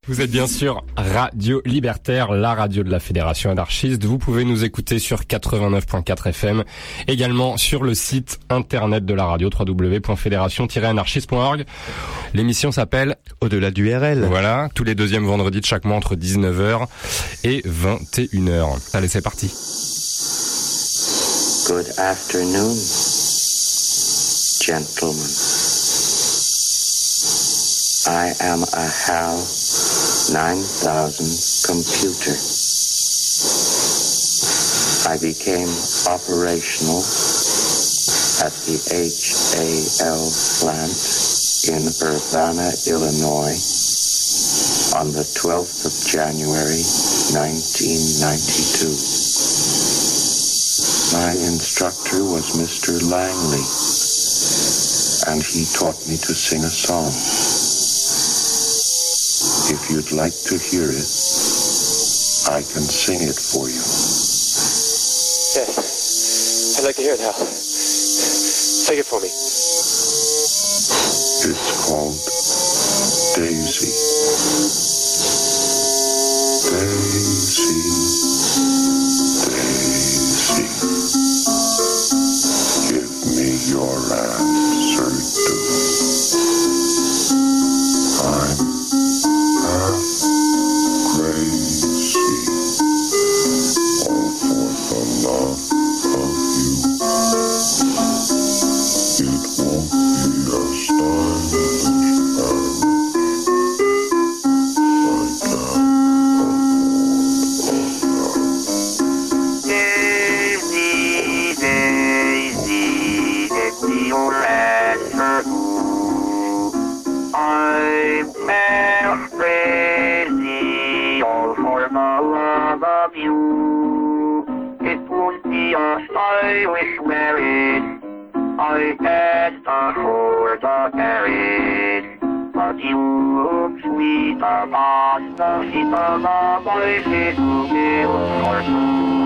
Vous êtes bien sûr Radio Libertaire, la radio de la Fédération anarchiste. Vous pouvez nous écouter sur 89.4 FM, également sur le site internet de la radio, www.fédération-anarchiste.org. L'émission s'appelle Au-delà du RL. Voilà, tous les deuxièmes vendredis de chaque mois entre 19h et 21h. Allez, c'est parti. Good afternoon, gentlemen. I am a HAL 9000 computer. I became operational at the HAL plant in Urbana, Illinois on the 12th of January, 1992. My instructor was Mr. Langley, and he taught me to sing a song. If you'd like to hear it, I can sing it for you. Yes, I'd like to hear it, Hal. Sing it for me. It's called Daisy. Daisy, Daisy, give me your answer, do. I'm half crazy, all for the love of you. It won't be a stylish arrow, like that Daisy, Daisy, give me your answer. I'm half crazy, all for the love of you. It won't be a stylish marriage, I can't afford a carriage. But you look sweet, the boss, the sheep of the boys, it will be for you.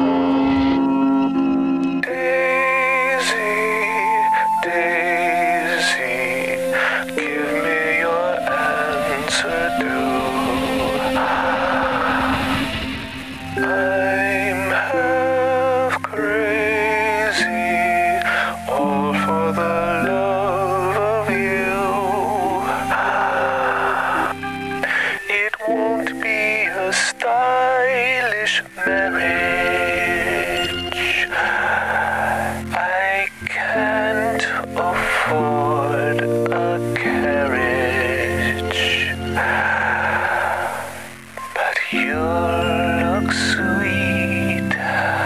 Daisy, Daisy, give me your answer, do. I'm half crazy, all for the love of you. It won't be a stylish marriage, I can't afford a carriage. But you look sweet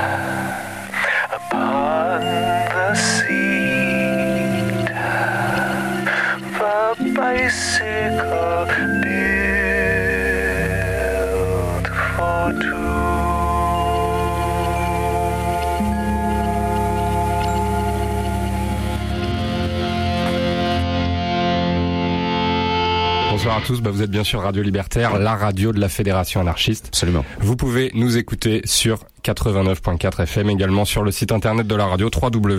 upon the seat, the bicycle built for two. Bonsoir à tous, vous êtes bien sûr Radio Libertaire, la radio de la Fédération anarchiste. Absolument. Vous pouvez nous écouter sur 89.4 FM, également sur le site internet de la radio,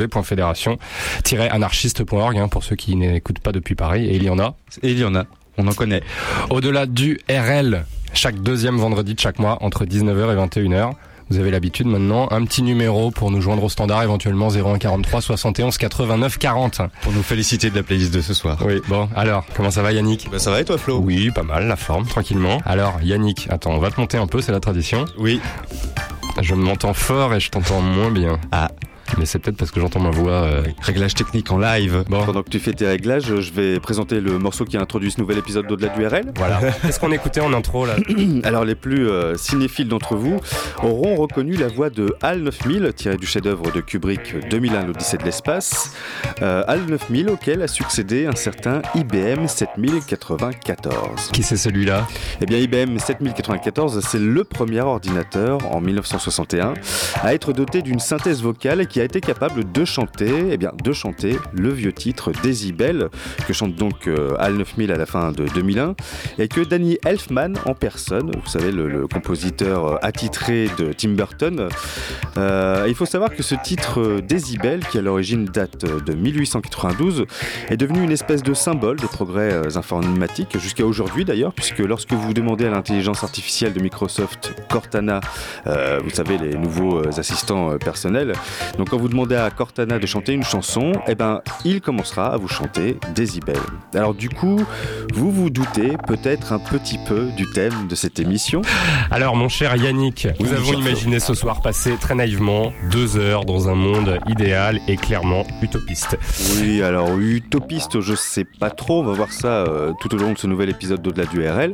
www.fédération-anarchiste.org, pour ceux qui n'écoutent pas depuis Paris, et il y en a. Et il y en a, on en connaît. Au-delà du RL, chaque deuxième vendredi de chaque mois, entre 19h et 21h. Vous avez l'habitude maintenant, un petit numéro pour nous joindre au standard, éventuellement 01 43 71 89 40. Pour nous féliciter de la playlist de ce soir. Oui, bon, alors, comment ça va Yannick ? Ça va et toi Flo ? Oui, pas mal, la forme, tranquillement. Alors Yannick, attends, on va te monter un peu, c'est la tradition. Oui. Je m'entends fort et je t'entends moins bien. Ah. Mais c'est peut-être parce que j'entends ma voix... Réglage technique en live. Bon. Pendant que tu fais tes réglages, je vais présenter le morceau qui a introduit ce nouvel épisode d'Au-delà du RL. Voilà. Qu'est-ce qu'on écoutait en intro là ? Alors les plus cinéphiles d'entre vous auront reconnu la voix de HAL 9000, tirée du chef-d'œuvre de Kubrick 2001, l'Odyssée de l'espace. HAL 9000 auquel a succédé un certain IBM 7094. Qui c'est celui-là ? Eh bien IBM 7094, c'est le premier ordinateur en 1961 à être doté d'une synthèse vocale qui qui a été capable de chanter le vieux titre Decibel, que chante donc Al 9000 à la fin de 2001, et que Danny Elfman en personne, vous savez, le compositeur attitré de Tim Burton. Il faut savoir que ce titre Decibel, qui à l'origine date de 1892, est devenu une espèce de symbole des progrès informatiques jusqu'à aujourd'hui d'ailleurs, puisque lorsque vous demandez à l'intelligence artificielle de Microsoft Cortana, vous savez, les nouveaux assistants personnels, donc quand vous demandez à Cortana de chanter une chanson, il commencera à vous chanter Decibel. Alors du coup, vous vous doutez peut-être un petit peu du thème de cette émission. Alors mon cher Yannick, nous avons imaginé ce soir passer très naïvement 2 heures dans un monde idéal et clairement utopiste. Oui, alors utopiste, je sais pas trop, on va voir ça tout au long de ce nouvel épisode d'Au-delà du RL.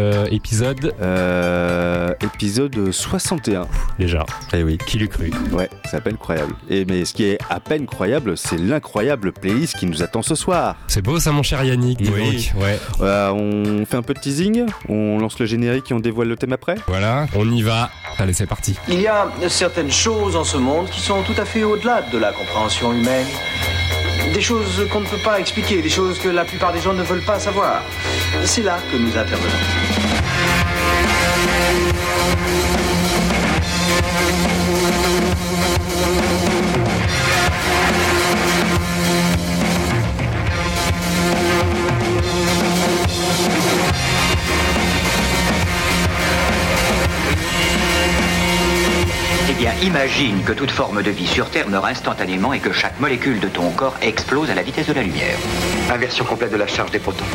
Épisode 61. Déjà. Eh oui. Qui l'eût cru? Ouais, c'est à peine croyable. Mais ce qui est à peine croyable, c'est l'incroyable playlist qui nous attend ce soir. C'est beau ça mon cher Yannick, dis donc. Ouais. On fait un peu de teasing, on lance le générique et on dévoile le thème après. Voilà, on y va. Allez, c'est parti. Il y a certaines choses en ce monde qui sont tout à fait au-delà de la compréhension humaine. Des choses qu'on ne peut pas expliquer, des choses que la plupart des gens ne veulent pas savoir. C'est là que nous intervenons. Eh bien, imagine que toute forme de vie sur Terre meurt instantanément et que chaque molécule de ton corps explose à la vitesse de la lumière. Inversion complète de la charge des protons.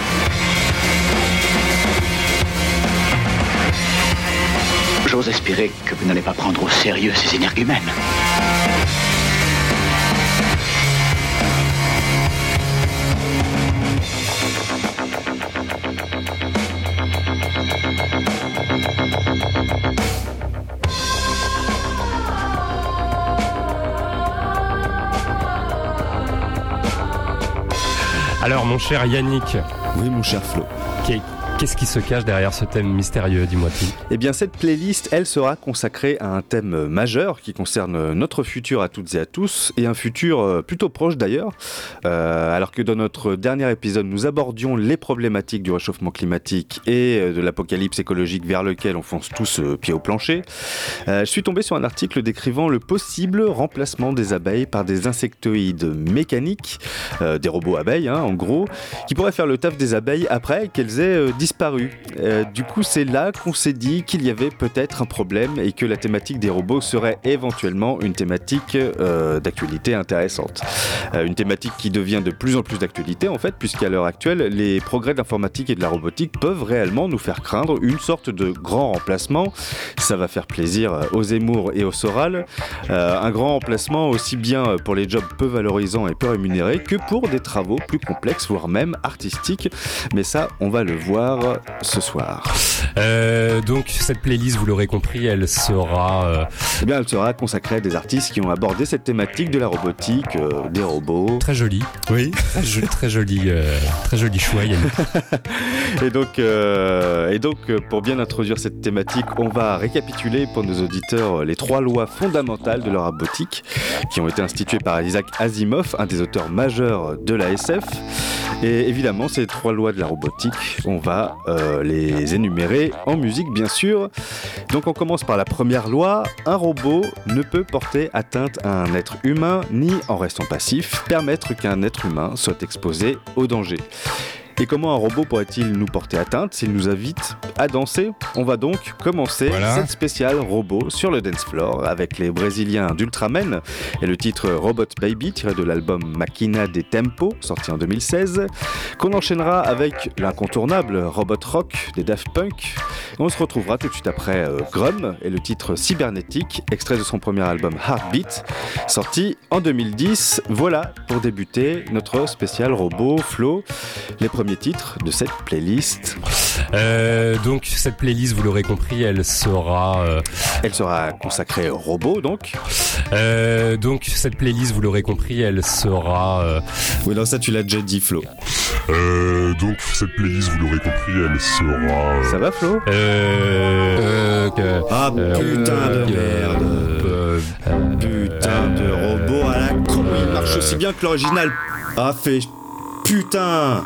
J'ose espérer que vous n'allez pas prendre au sérieux ces énergumènes. Alors mon cher Yannick. Oui mon cher Flo. Qu'est-ce qui se cache derrière ce thème mystérieux, dis-moi tout. Eh bien cette playlist, elle sera consacrée à un thème majeur qui concerne notre futur à toutes et à tous, et un futur plutôt proche d'ailleurs, alors que dans notre dernier épisode nous abordions les problématiques du réchauffement climatique et de l'apocalypse écologique vers lequel on fonce tous pied au plancher. Je suis tombé sur un article décrivant le possible remplacement des abeilles par des insectoïdes mécaniques, des robots abeilles en gros, qui pourraient faire le taf des abeilles après qu'elles aient disparu. Du coup, c'est là qu'on s'est dit qu'il y avait peut-être un problème et que la thématique des robots serait éventuellement une thématique d'actualité intéressante. Une thématique qui devient de plus en plus d'actualité en fait, puisqu'à l'heure actuelle, les progrès de l'informatique et de la robotique peuvent réellement nous faire craindre une sorte de grand remplacement. Ça va faire plaisir aux Zemmour et aux Soral. Un grand remplacement aussi bien pour les jobs peu valorisants et peu rémunérés que pour des travaux plus complexes, voire même artistiques. Mais ça, on va le voir ce soir. Donc cette playlist, vous l'aurez compris, elle sera consacrée à des artistes qui ont abordé cette thématique de la robotique, des robots. Très joli. Oui. Très joli choix, Yannick. et donc, pour bien introduire cette thématique, on va récapituler pour nos auditeurs les 3 lois fondamentales de la robotique qui ont été instituées par Isaac Asimov, un des auteurs majeurs de la SF. Et évidemment, ces 3 lois de la robotique, on va les énumérer en musique, bien sûr. Donc on commence par la première loi. Un robot ne peut porter atteinte à un être humain, ni, en restant passif, permettre qu'un être humain soit exposé au danger. Et comment un robot pourrait-il nous porter atteinte s'il nous invite à danser ? On va donc commencer cette spéciale robot sur le dance floor avec les Brésiliens d'Ultramen et le titre Robot Baby tiré de l'album Máquina de Tempo sorti en 2016, qu'on enchaînera avec l'incontournable Robot Rock des Daft Punk. Et on se retrouvera tout de suite après Grum et le titre Cybernétique, extrait de son premier album Heartbeat sorti en 2010. Voilà pour débuter notre spécial robot. Flo, les premiers titres de cette playlist. Donc cette playlist, vous l'aurez compris, elle sera consacrée au robot donc. Donc cette playlist, vous l'aurez compris, elle sera. Oui, non, ça tu l'as déjà dit, Flo. Donc cette playlist, vous l'aurez compris, elle sera... Ça va, Flo? Ah putain de merde. Putain de robot à la con, il marche aussi bien que l'original. Ah fait... Putain.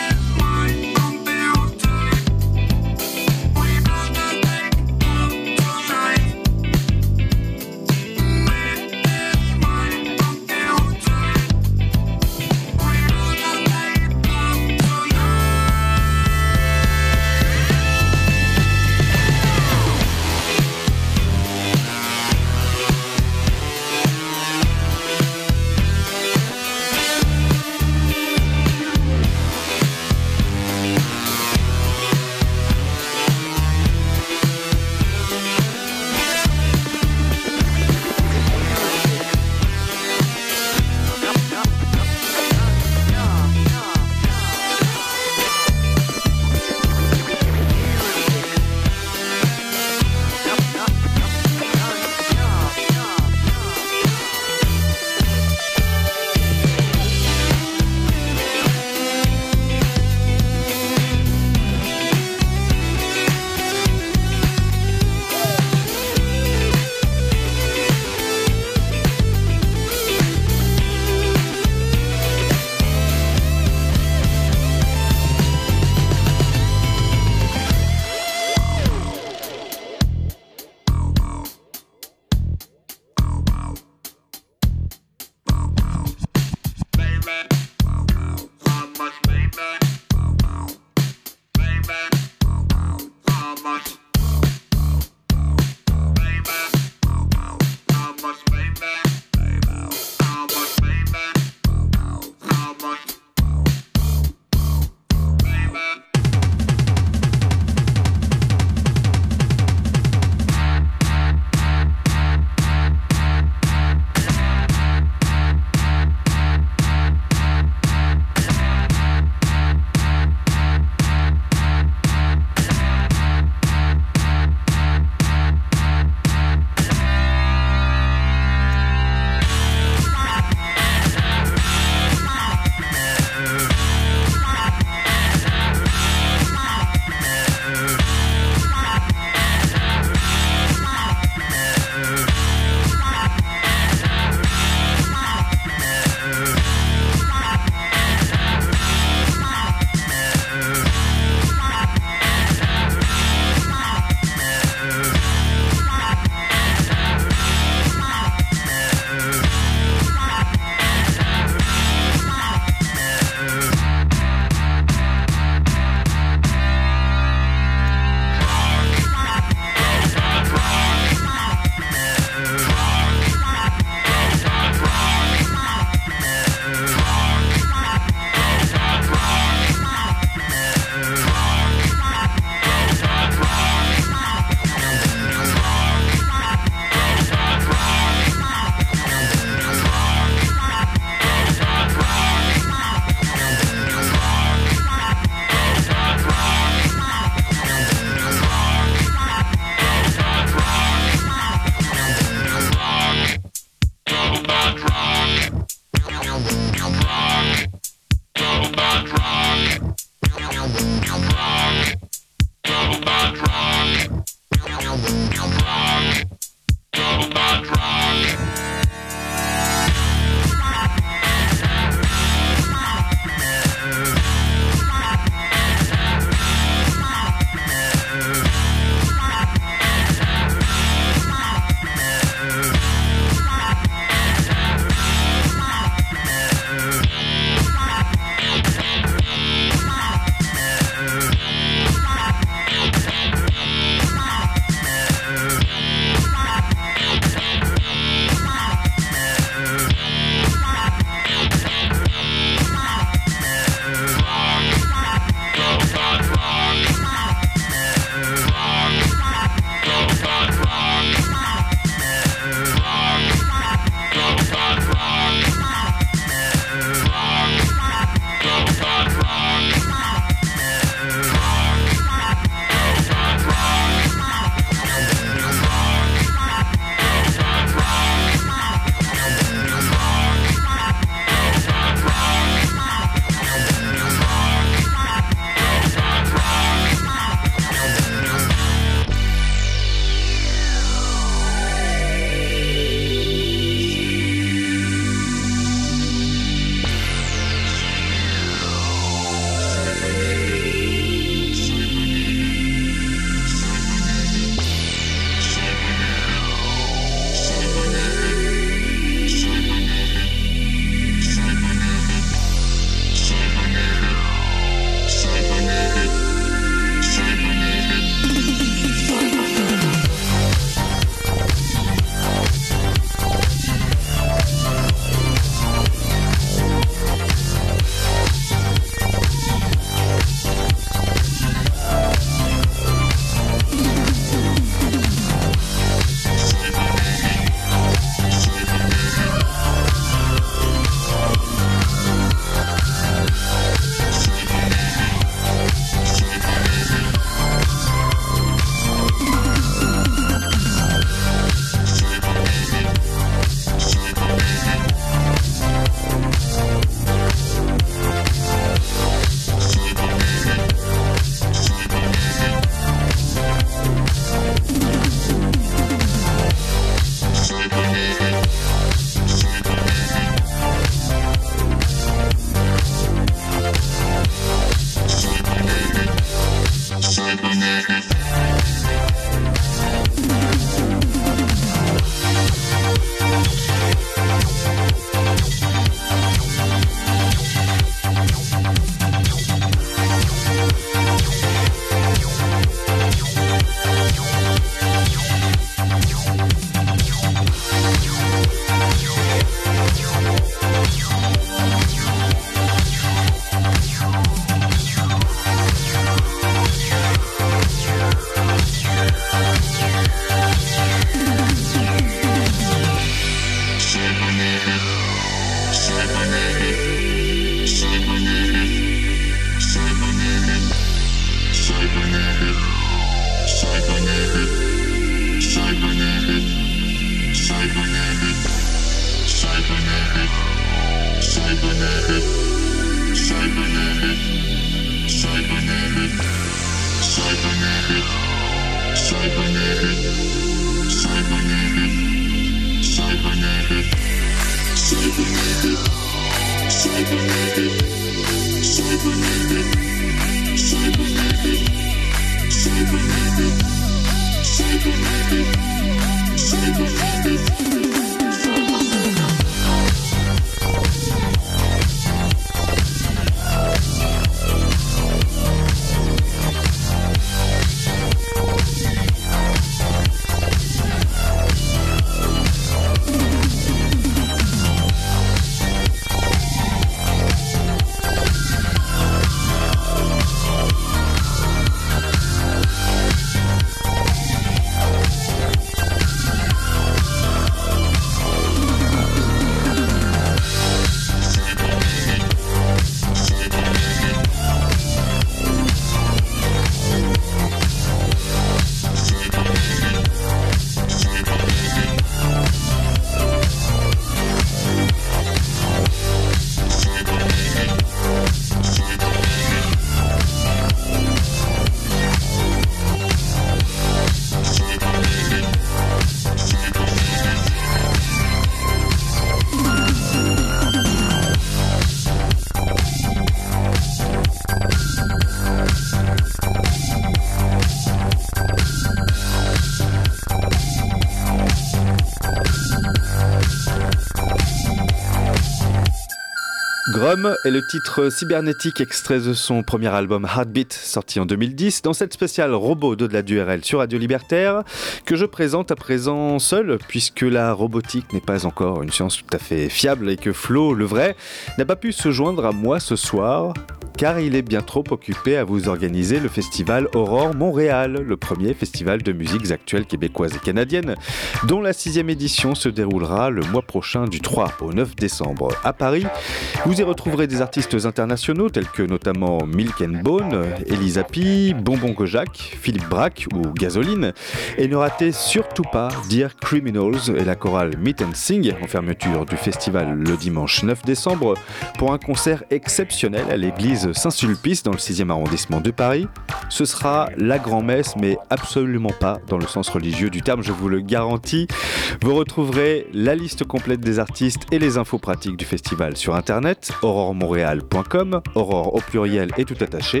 Grum est le titre cybernétique extrait de son premier album Heartbeat, sorti en 2010, dans cette spéciale robot d'au-delà du RL sur Radio Libertaire, que je présente à présent seul, puisque la robotique n'est pas encore une science tout à fait fiable et que Flo, le vrai, n'a pas pu se joindre à moi ce soir, car il est bien trop occupé à vous organiser le festival Aurore Montréal, le premier festival de musiques actuelles québécoises et canadiennes, dont la 6e édition se déroulera le mois prochain du 3 au 9 décembre à Paris. Vous y retrouverez des artistes internationaux tels que notamment Milk and Bone, Elisa P, Bonbon Kojak, Philippe Braque ou Gasoline. Et ne ratez surtout pas Dear Criminals et la chorale Meet and Sing en fermeture du festival le dimanche 9 décembre pour un concert exceptionnel à l'église Saint-Sulpice dans le 6e arrondissement de Paris. Ce sera la grand-messe, mais absolument pas dans le sens religieux du terme, je vous le garantis. Vous retrouverez la liste complète des artistes et les infos pratiques du festival sur internet, auroremontréal.com, Aurore au pluriel et tout attaché,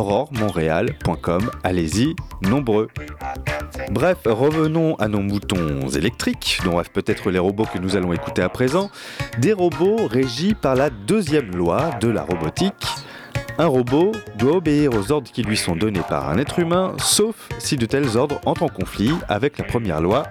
auroremontréal.com. Allez-y, nombreux. Bref, revenons à nos moutons électriques, dont rêvent peut-être les robots que nous allons écouter à présent. Des robots régis par la deuxième loi de la robotique. Un robot doit obéir aux ordres qui lui sont donnés par un être humain, sauf si de tels ordres entrent en conflit avec la première loi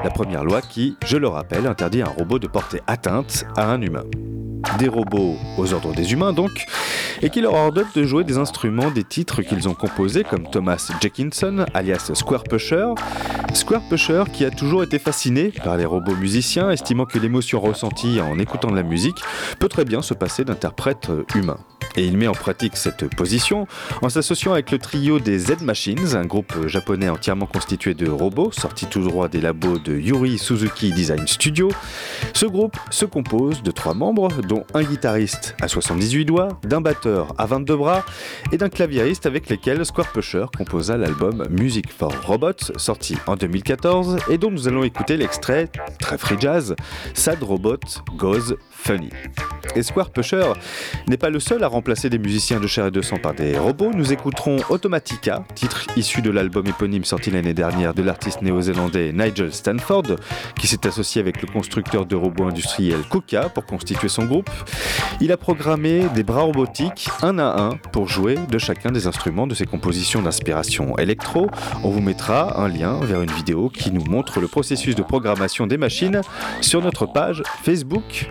qui, je le rappelle, interdit à un robot de porter atteinte à un humain. Des robots aux ordres des humains donc, et qui leur ordonnent de jouer des instruments des titres qu'ils ont composés, comme Thomas Jenkinson, alias Square Pusher. Square Pusher qui a toujours été fasciné par les robots musiciens, estimant que l'émotion ressentie en écoutant de la musique peut très bien se passer d'interprètes humains. Et il met en pratique cette position en s'associant avec le trio des Z-Machines, un groupe japonais entièrement constitué de robots, sorti tout droit des labos de Yuri Suzuki Design Studio. Ce groupe se compose de 3 membres, dont un guitariste à 78 doigts, d'un batteur à 22 bras et d'un claviériste avec lesquels Square Pusher composa l'album Music for Robots, sorti en 2014 et dont nous allons écouter l'extrait très free jazz, Sad Robot Goes Funny. Et Square Pusher n'est pas le seul à remplacer des musiciens de chair et de sang par des robots. Nous écouterons Automatica, titre issu de l'album éponyme sorti l'année dernière de l'artiste néo-zélandais Nigel Stanford, qui s'est associé avec le constructeur de robots industriels KUKA pour constituer son groupe. Il a programmé des bras robotiques un à un pour jouer de chacun des instruments de ses compositions d'inspiration électro. On vous mettra un lien vers une vidéo qui nous montre le processus de programmation des machines sur notre page Facebook.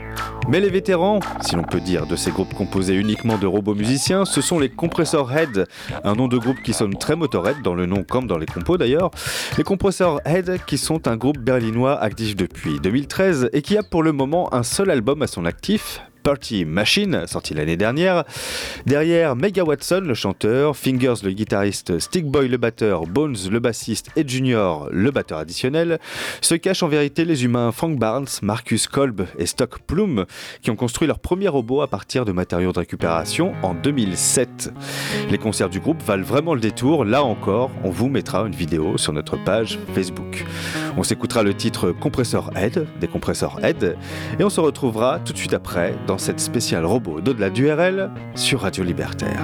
Mais les vétérans, si l'on peut dire, de ces groupes composés uniquement de robots musiciens, ce sont les Compressor Head, un nom de groupe qui sonne très Motorhead, dans le nom comme dans les compos d'ailleurs. Les Compressor Head qui sont un groupe berlinois actif depuis 2013 et qui a pour le moment un seul album à son actif, Party Machine, sorti l'année dernière. Derrière Mega Watson, le chanteur, Fingers, le guitariste, Stickboy, le batteur, Bones, le bassiste et Junior, le batteur additionnel, se cachent en vérité les humains Frank Barnes, Marcus Kolb et Stock Plume, qui ont construit leur premier robot à partir de matériaux de récupération en 2007. Les concerts du groupe valent vraiment le détour. Là encore, on vous mettra une vidéo sur notre page Facebook. On s'écoutera le titre Compressor Head, des Compressor Head, et on se retrouvera tout de suite après dans cette spéciale robot d'au-delà du RL sur Radio Libertaire.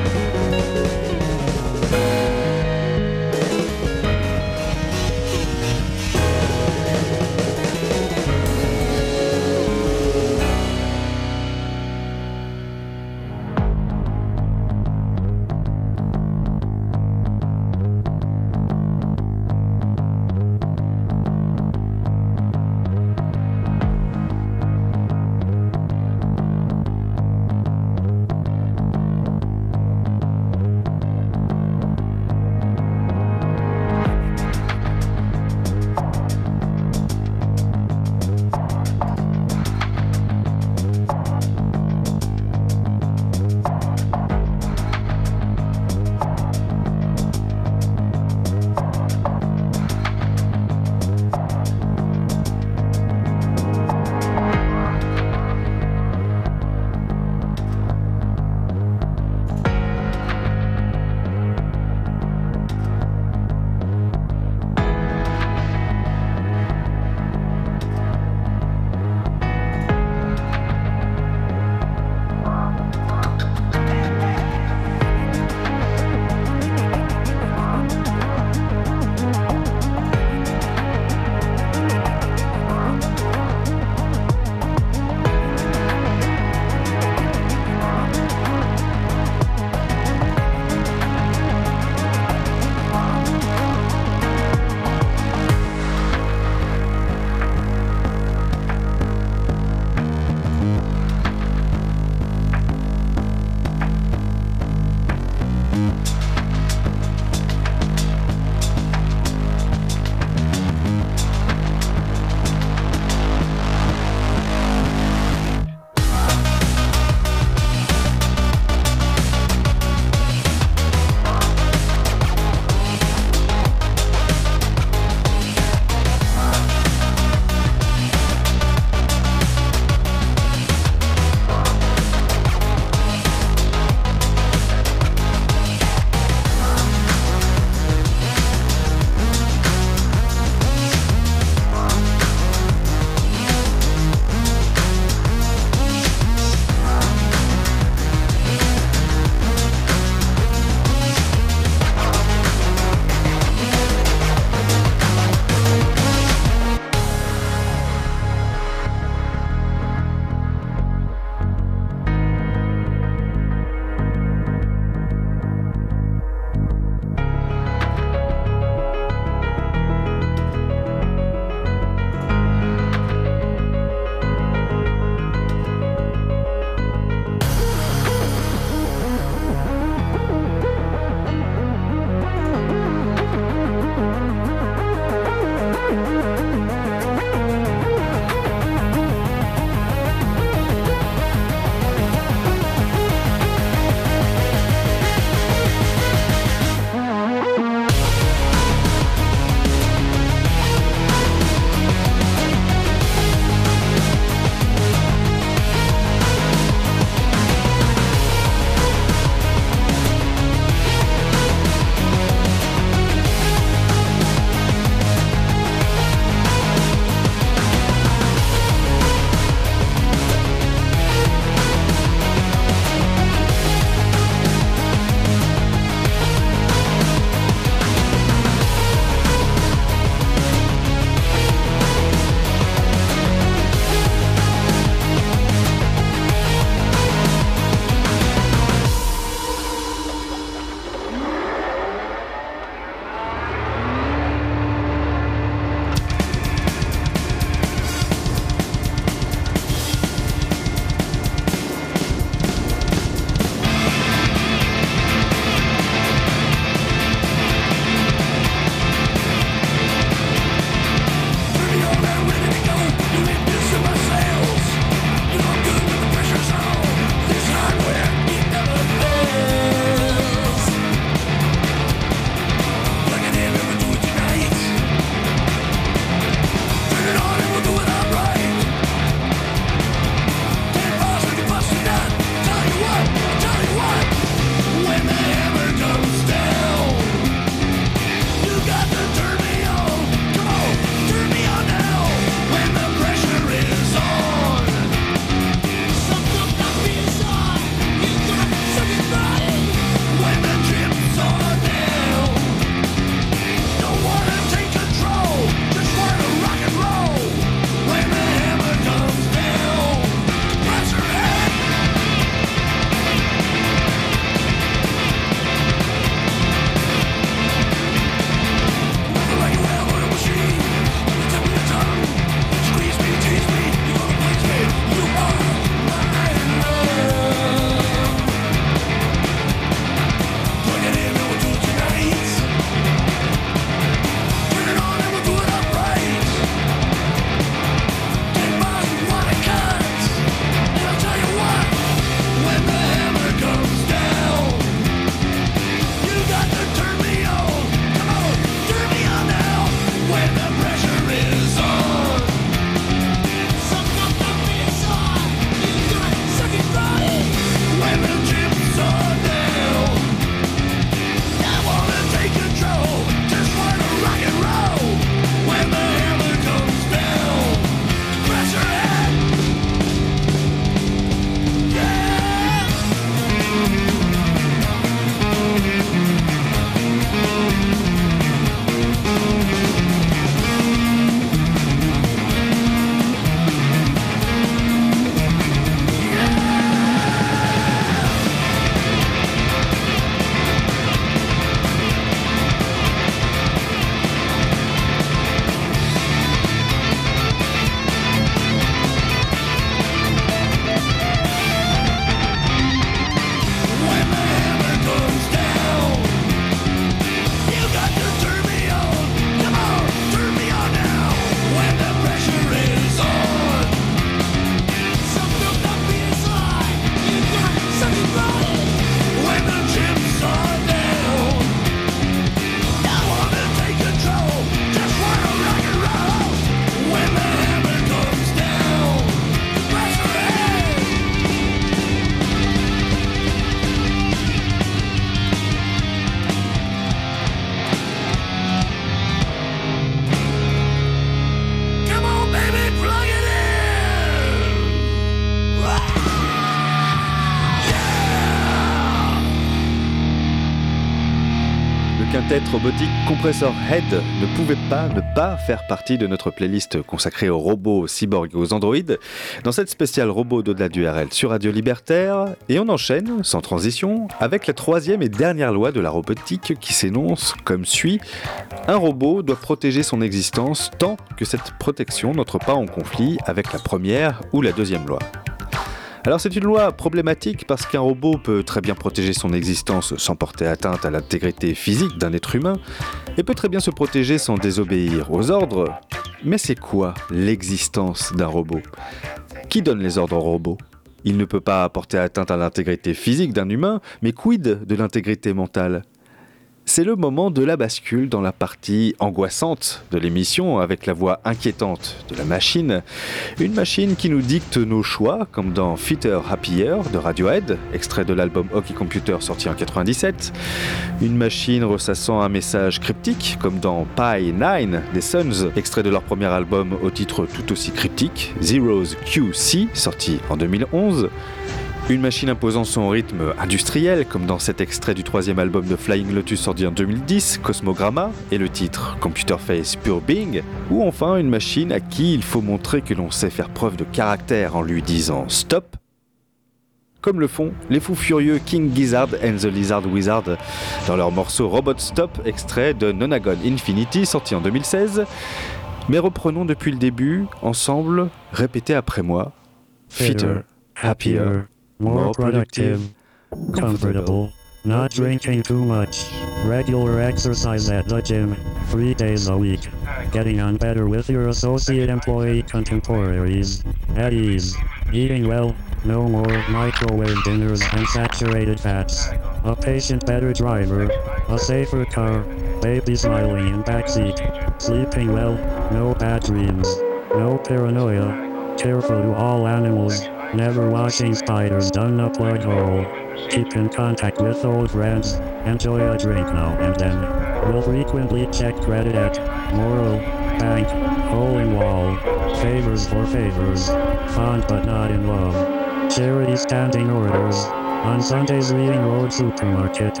tête robotique Compressor Head ne pouvait ne pas faire partie de notre playlist consacrée aux robots, aux cyborgs et aux androïdes dans cette spéciale robot d'au-delà du RL sur Radio Libertaire. Et on enchaîne, sans transition, avec la troisième et dernière loi de la robotique qui s'énonce comme suit. Un robot doit protéger son existence tant que cette protection n'entre pas en conflit avec la première ou la deuxième loi. Alors c'est une loi problématique parce qu'un robot peut très bien protéger son existence sans porter atteinte à l'intégrité physique d'un être humain et peut très bien se protéger sans désobéir aux ordres. Mais c'est quoi l'existence d'un robot ? Qui donne les ordres au robot ? Il ne peut pas porter atteinte à l'intégrité physique d'un humain, mais quid de l'intégrité mentale ? C'est le moment de la bascule dans la partie angoissante de l'émission avec la voix inquiétante de la machine. Une machine qui nous dicte nos choix, comme dans Fitter Happier de Radiohead, extrait de l'album Hockey Computer sorti en 97. Une machine ressassant un message cryptique, comme dans Pi 9 des Suns, extrait de leur premier album au titre tout aussi cryptique, Zero's QC, sorti en 2011. Une machine imposant son rythme industriel, comme dans cet extrait du troisième album de Flying Lotus sorti en 2010, Cosmogramma, et le titre Computer Face Pure Being, ou enfin une machine à qui il faut montrer que l'on sait faire preuve de caractère en lui disant « stop », comme le font les fous furieux King Gizzard and the Lizard Wizard dans leur morceau Robot Stop, extrait de Nonagon Infinity sorti en 2016. Mais reprenons depuis le début, ensemble, répétez après moi, Fitter, Happier, more productive, comfortable, not drinking too much, regular exercise at the gym, 3 days a week, getting on better with your associate employee contemporaries, at ease, eating well, no more microwave dinners and saturated fats, a patient better driver, a safer car, baby smiling in backseat, sleeping well, no bad dreams, no paranoia, careful to all animals, never washing spiders down a plug hole. Keep in contact with old friends. Enjoy a drink now and then. Will frequently check credit at Moral, Bank, Hole in Wall. Favors for favors. Fond but not in love. Charity standing orders. On Sundays reading Road Supermarket.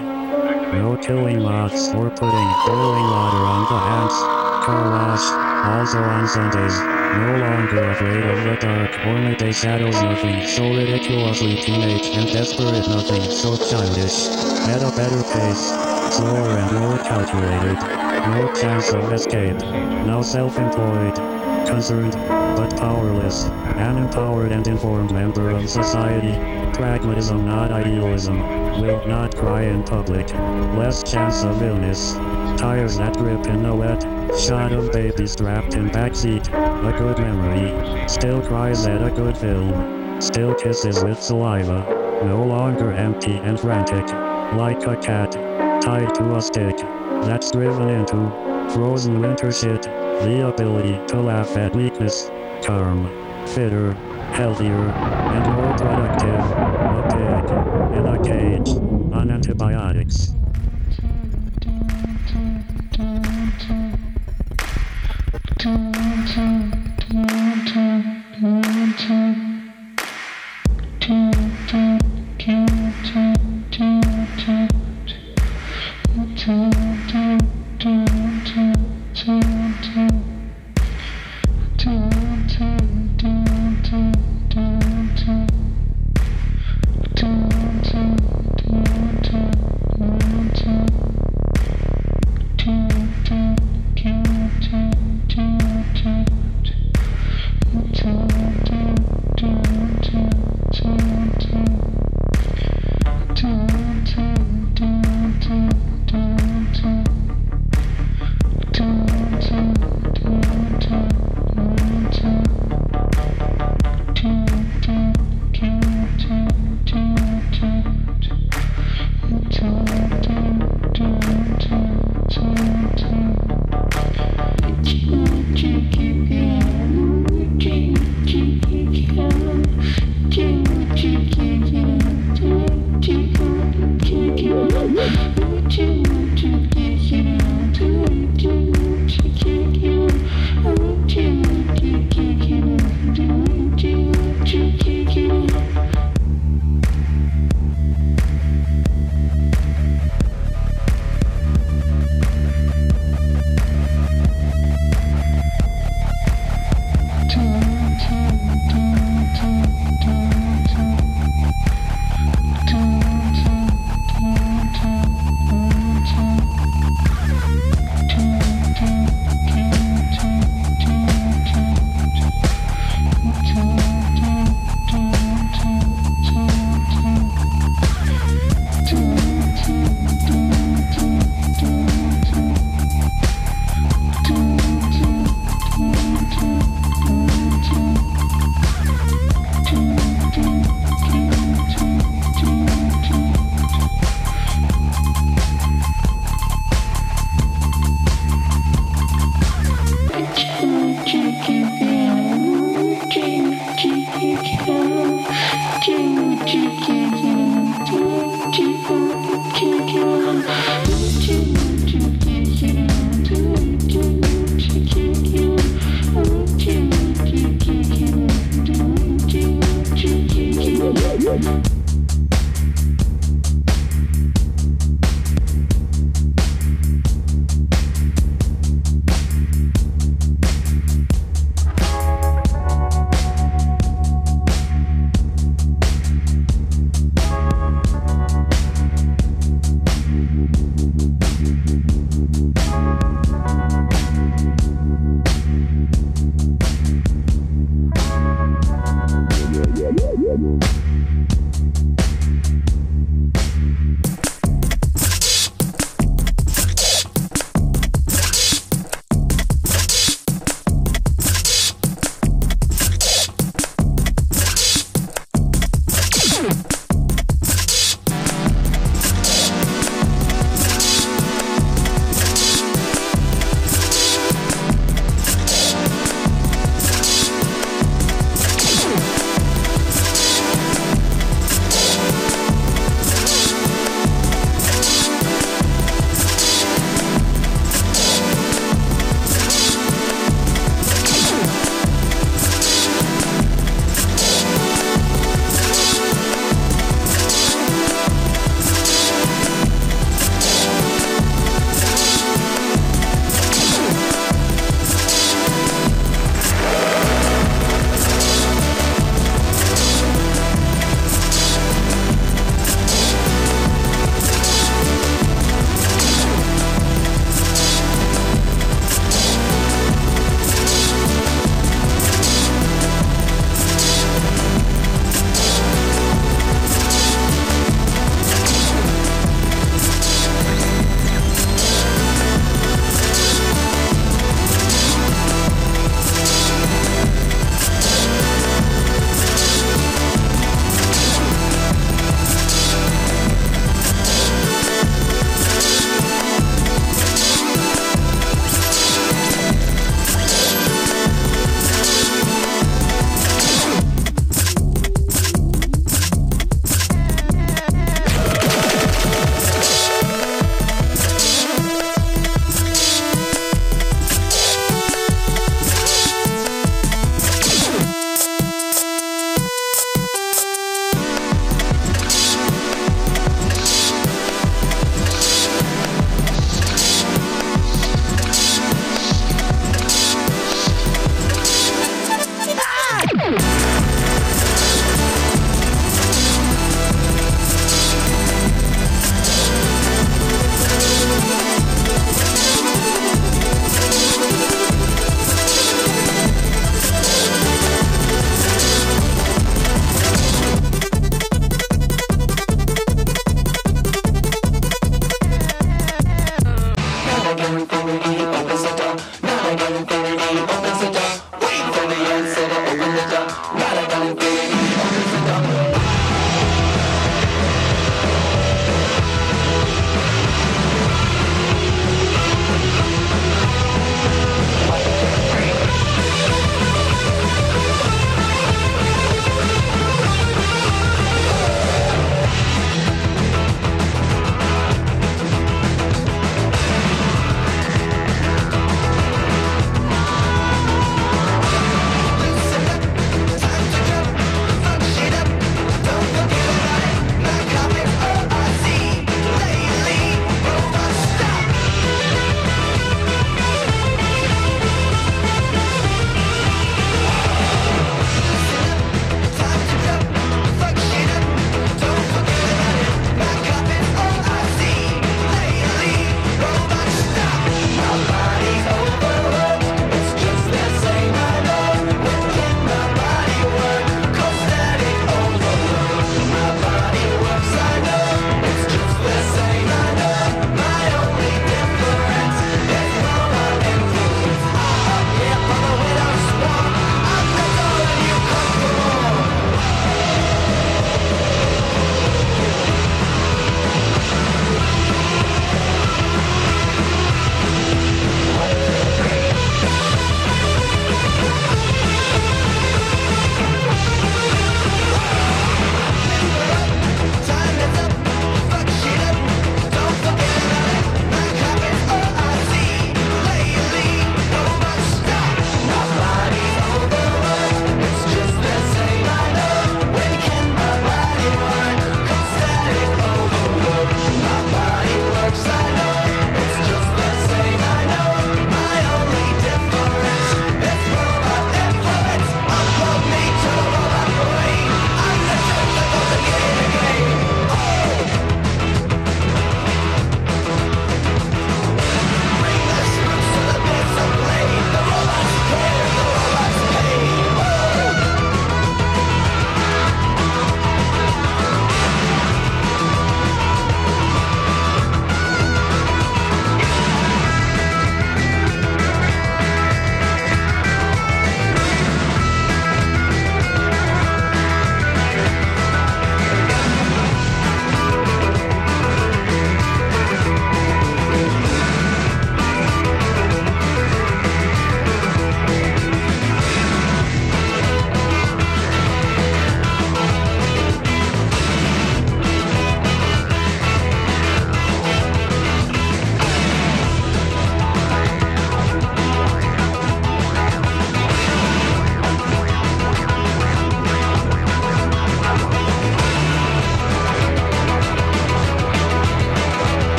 No killing moths or putting boiling water on the ants. Car wash. Also on Sundays. No longer afraid of the dark or midday shadows, nothing so ridiculously teenage and desperate, nothing so childish. At a better pace, slower and more calculated, no chance of escape. Now self-employed, concerned, but powerless, an empowered and informed member of society. Pragmatism, not idealism, will not cry in public, less chance of illness. Tires that grip in the wet, shot of baby strapped in backseat, a good memory, still cries at a good film, still kisses with saliva, no longer empty and frantic, like a cat, tied to a stick, that's driven into frozen winter shit, the ability to laugh at weakness, calm, fitter, healthier, and more productive, a pig, in a cage, on antibiotics. Infinity opens the door. Radical Infinity opens the door. Wait for the answer to open the door. Radical Infinity opens the door.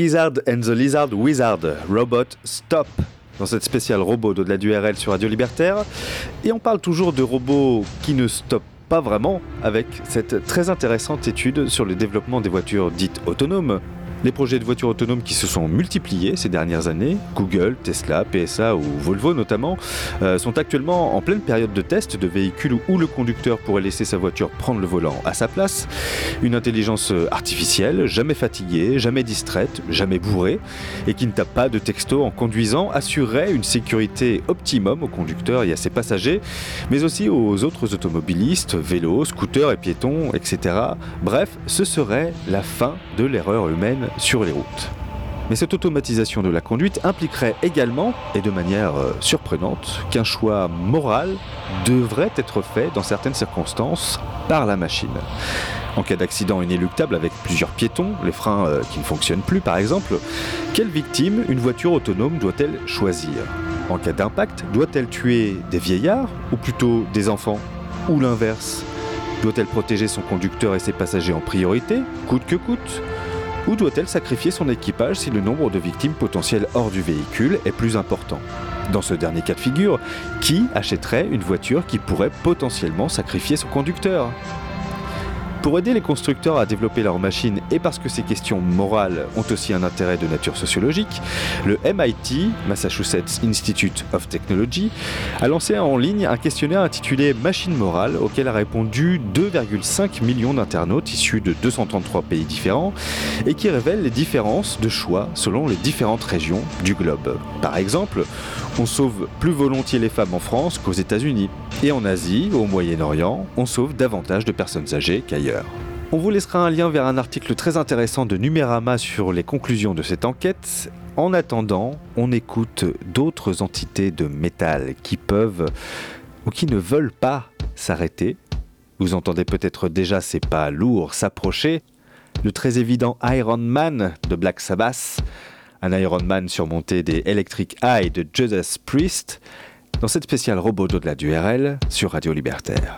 Gizzard and the Lizard Wizard, Robot Stop, dans cette spéciale robot d'au-delà du RL sur Radio Libertaire. Et on parle toujours de robots qui ne stoppent pas vraiment avec cette très intéressante étude sur le développement des voitures dites autonomes. Les projets de voitures autonomes qui se sont multipliés ces dernières années, Google, Tesla, PSA ou Volvo notamment, sont actuellement en pleine période de test de véhicules où le conducteur pourrait laisser sa voiture prendre le volant à sa place. Une intelligence artificielle, jamais fatiguée, jamais distraite, jamais bourrée, et qui ne tape pas de texto en conduisant, assurerait une sécurité optimum au conducteur et à ses passagers, mais aussi aux autres automobilistes, vélos, scooters et piétons, etc. Bref, ce serait la fin de l'erreur humaine sur les routes. Mais cette automatisation de la conduite impliquerait également, et de manière surprenante, qu'un choix moral devrait être fait dans certaines circonstances par la machine. En cas d'accident inéluctable avec plusieurs piétons, les freins qui ne fonctionnent plus par exemple, quelle victime une voiture autonome doit-elle choisir ? En cas d'impact, doit-elle tuer des vieillards ou plutôt des enfants ? Ou l'inverse ? Doit-elle protéger son conducteur et ses passagers en priorité, coûte que coûte ? Ou doit-elle sacrifier son équipage si le nombre de victimes potentielles hors du véhicule est plus important ? Dans ce dernier cas de figure, qui achèterait une voiture qui pourrait potentiellement sacrifier son conducteur ? Pour aider les constructeurs à développer leurs machines et parce que ces questions morales ont aussi un intérêt de nature sociologique, le MIT, Massachusetts Institute of Technology, a lancé en ligne un questionnaire intitulé Machine morale auquel a répondu 2,5 millions d'internautes issus de 233 pays différents et qui révèle les différences de choix selon les différentes régions du globe. Par exemple, on sauve plus volontiers les femmes en France qu'aux États-Unis. Et en Asie, au Moyen-Orient, on sauve davantage de personnes âgées qu'ailleurs. On vous laissera un lien vers un article très intéressant de Numérama sur les conclusions de cette enquête. En attendant, on écoute d'autres entités de métal qui peuvent ou qui ne veulent pas s'arrêter. Vous entendez peut-être déjà ces pas lourds s'approcher. Le très évident Iron Man de Black Sabbath, un Iron Man surmonté des Electric Eye de Judas Priest, dans cette spéciale robot d'au-delà du RL sur Radio Libertaire.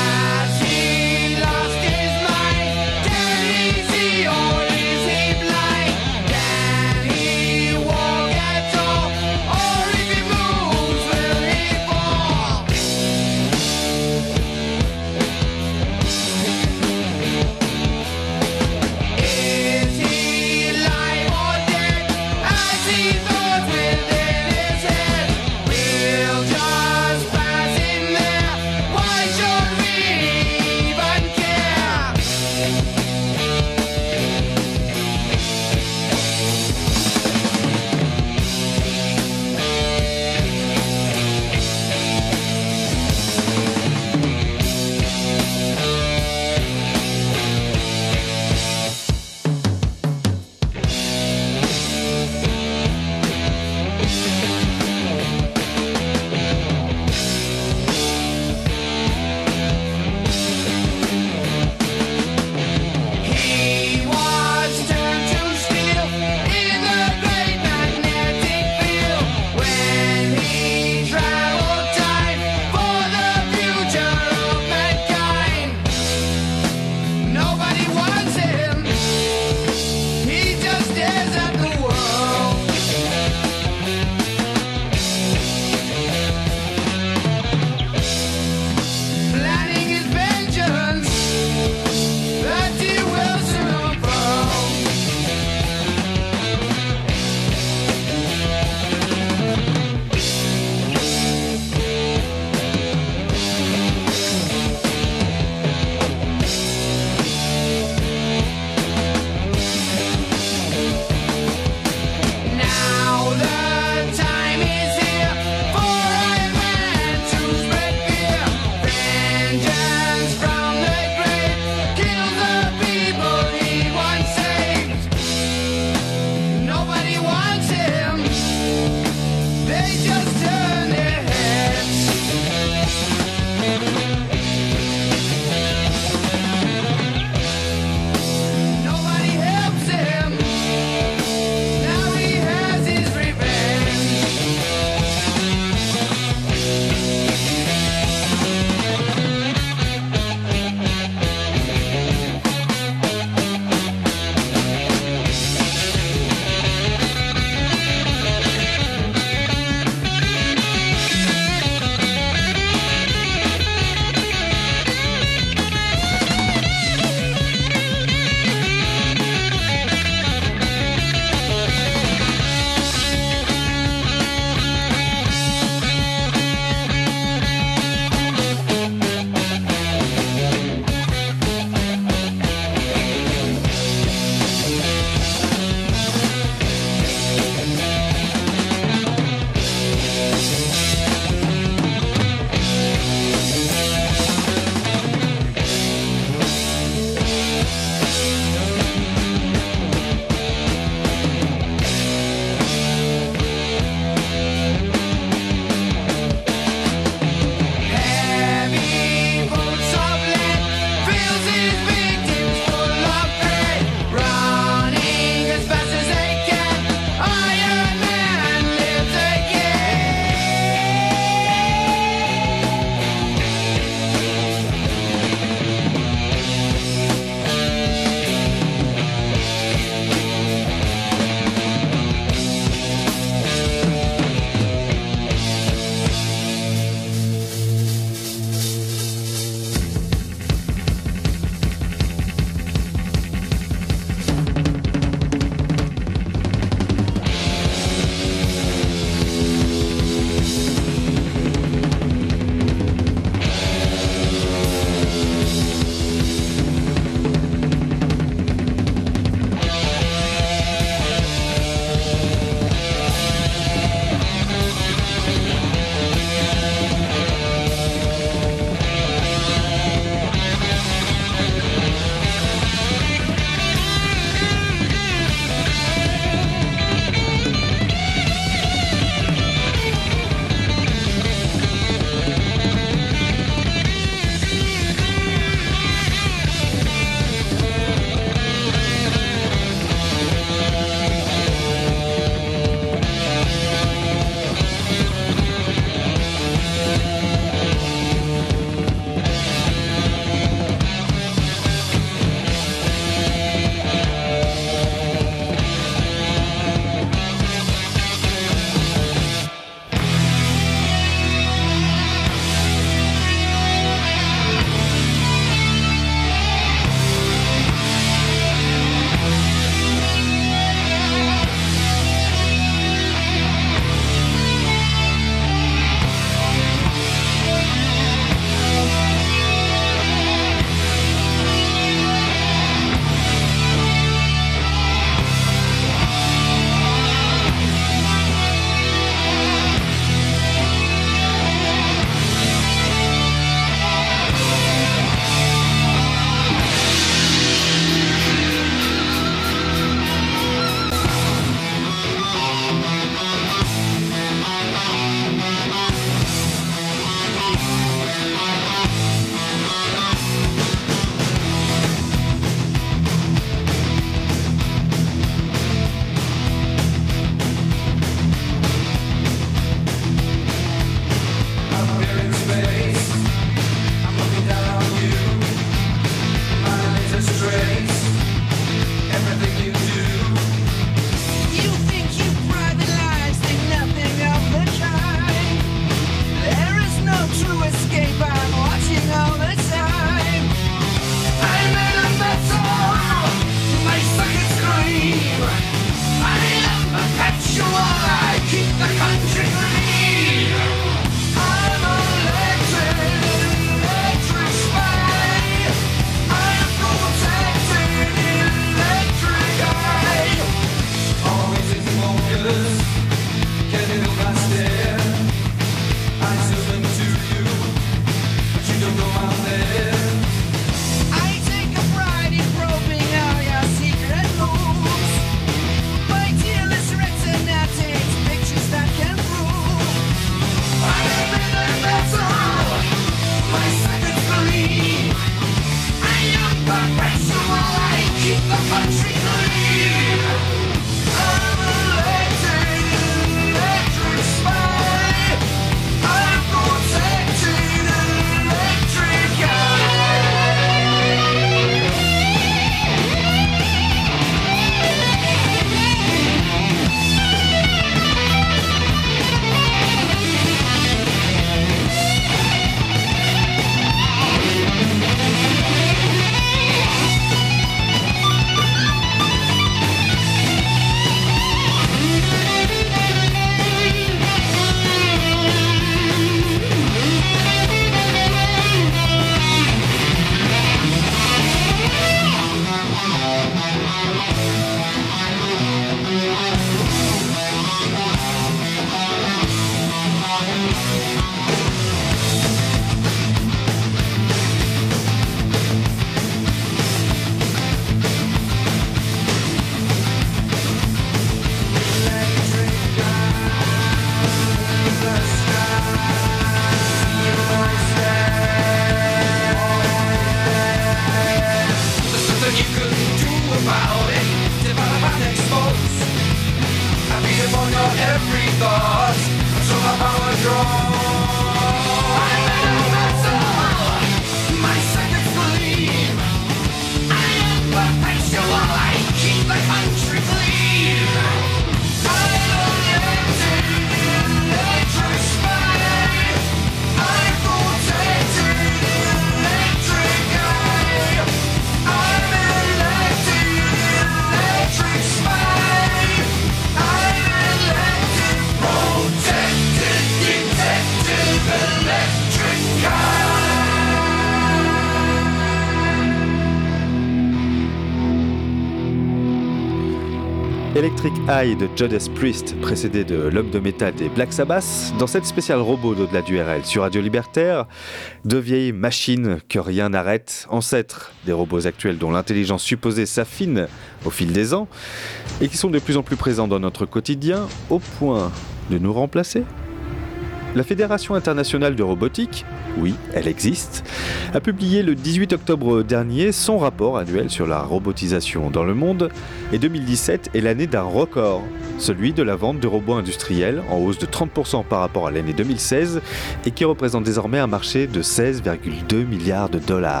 Electric Eye de Judas Priest, précédé de L'Homme de métal des Black Sabbath, dans cette spéciale robot d'au-delà du RL sur Radio Libertaire, deux vieilles machines que rien n'arrête, ancêtres des robots actuels dont l'intelligence supposée s'affine au fil des ans et qui sont de plus en plus présents dans notre quotidien au point de nous remplacer. La Fédération internationale de robotique, oui, elle existe, a publié le 18 octobre dernier son rapport annuel sur la robotisation dans le monde et 2017 est l'année d'un record, celui de la vente de robots industriels en hausse de 30% par rapport à l'année 2016 et qui représente désormais un marché de 16,2 milliards de dollars.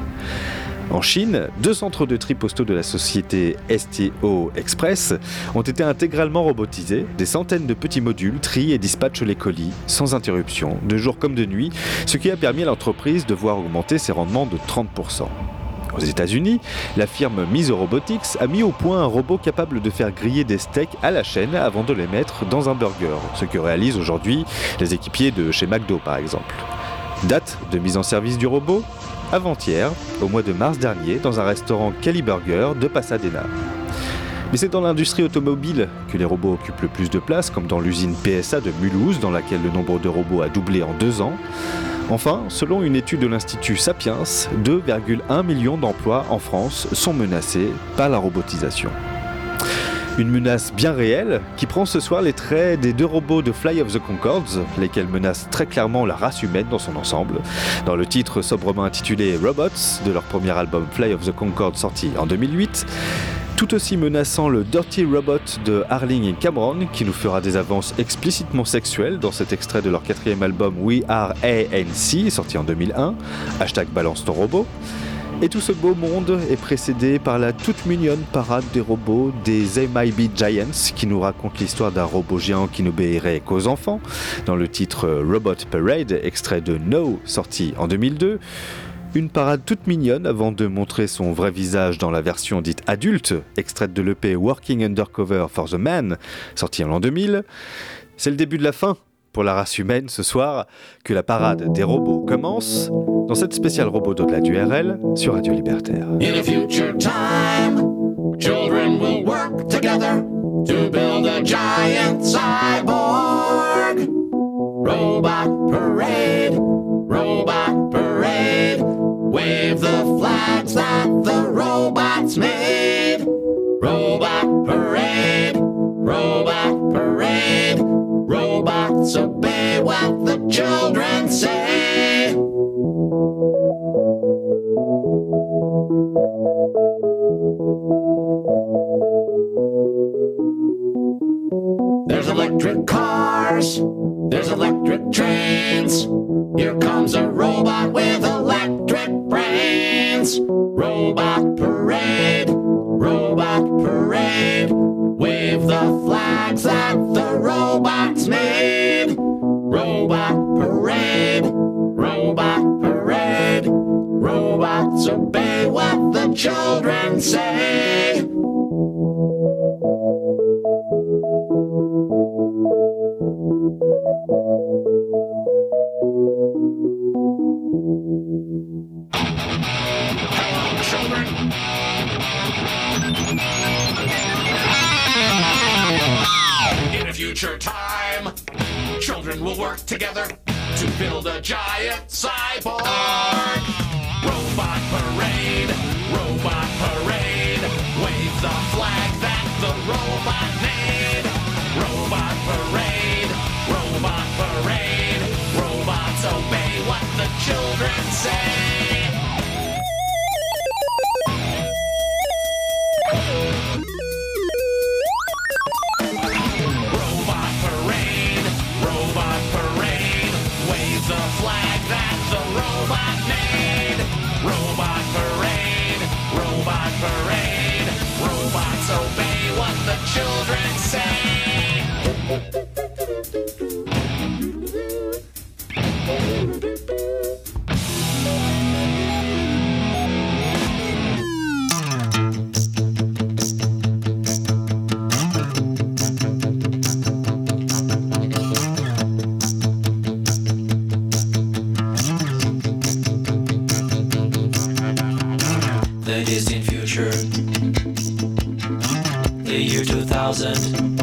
En Chine, 2 centres de tri postaux de la société STO Express ont été intégralement robotisés. Des centaines de petits modules trient et dispatchent les colis sans interruption, de jour comme de nuit, ce qui a permis à l'entreprise de voir augmenter ses rendements de 30%. Aux États-Unis, la firme Miso Robotics a mis au point un robot capable de faire griller des steaks à la chaîne avant de les mettre dans un burger, ce que réalisent aujourd'hui les équipiers de chez McDo par exemple. Date de mise en service du robot ? Avant-hier, au mois de mars dernier, dans un restaurant Cali Burger de Pasadena. Mais c'est dans l'industrie automobile que les robots occupent le plus de place, comme dans l'usine PSA de Mulhouse, dans laquelle le nombre de robots a doublé en 2 ans. Enfin, selon une étude de l'Institut Sapiens, 2,1 millions d'emplois en France sont menacés par la robotisation. Une menace bien réelle qui prend ce soir les traits des 2 robots de Flight of the Conchords, lesquels menacent très clairement la race humaine dans son ensemble. Dans le titre sobrement intitulé Robots de leur premier album Flight of the Conchords sorti en 2008, tout aussi menaçant le Dirty Robot de Arling et Cameron qui nous fera des avances explicitement sexuelles dans cet extrait de leur 4e album We Are ANC sorti en 2001, #balance ton robot. Et tout ce beau monde est précédé par la toute mignonne parade des robots des MIB Giants qui nous raconte l'histoire d'un robot géant qui n'obéirait qu'aux enfants dans le titre Robot Parade, extrait de No, sorti en 2002. Une parade toute mignonne avant de montrer son vrai visage dans la version dite adulte, extraite de l'EP Working Undercover for the Man, sorti en l'an 2000. C'est le début de la fin pour la race humaine ce soir, que la parade des robots commence dans cette spéciale robot d'au-delà du RL sur Radio Libertaire. In a future time, children will work together to build a giant cyborg. Robot parade, wave the flags that the robots made. Robot parade, robots obey what the children say. There's electric cars, there's electric trains. Here comes a robot with electric brains. Robot parade, wave the flags that the robots made. Robot parade, robots obey what the children say. Hello, children. In a future time, children will work together to build a giant cyborg. Robot parade, wave the flag that the robot made. Robot parade, robots obey what the children say. Robot parade, wave the flag that the robot made. Robot parade, robots obey what the children say. The distant future, the year 2000.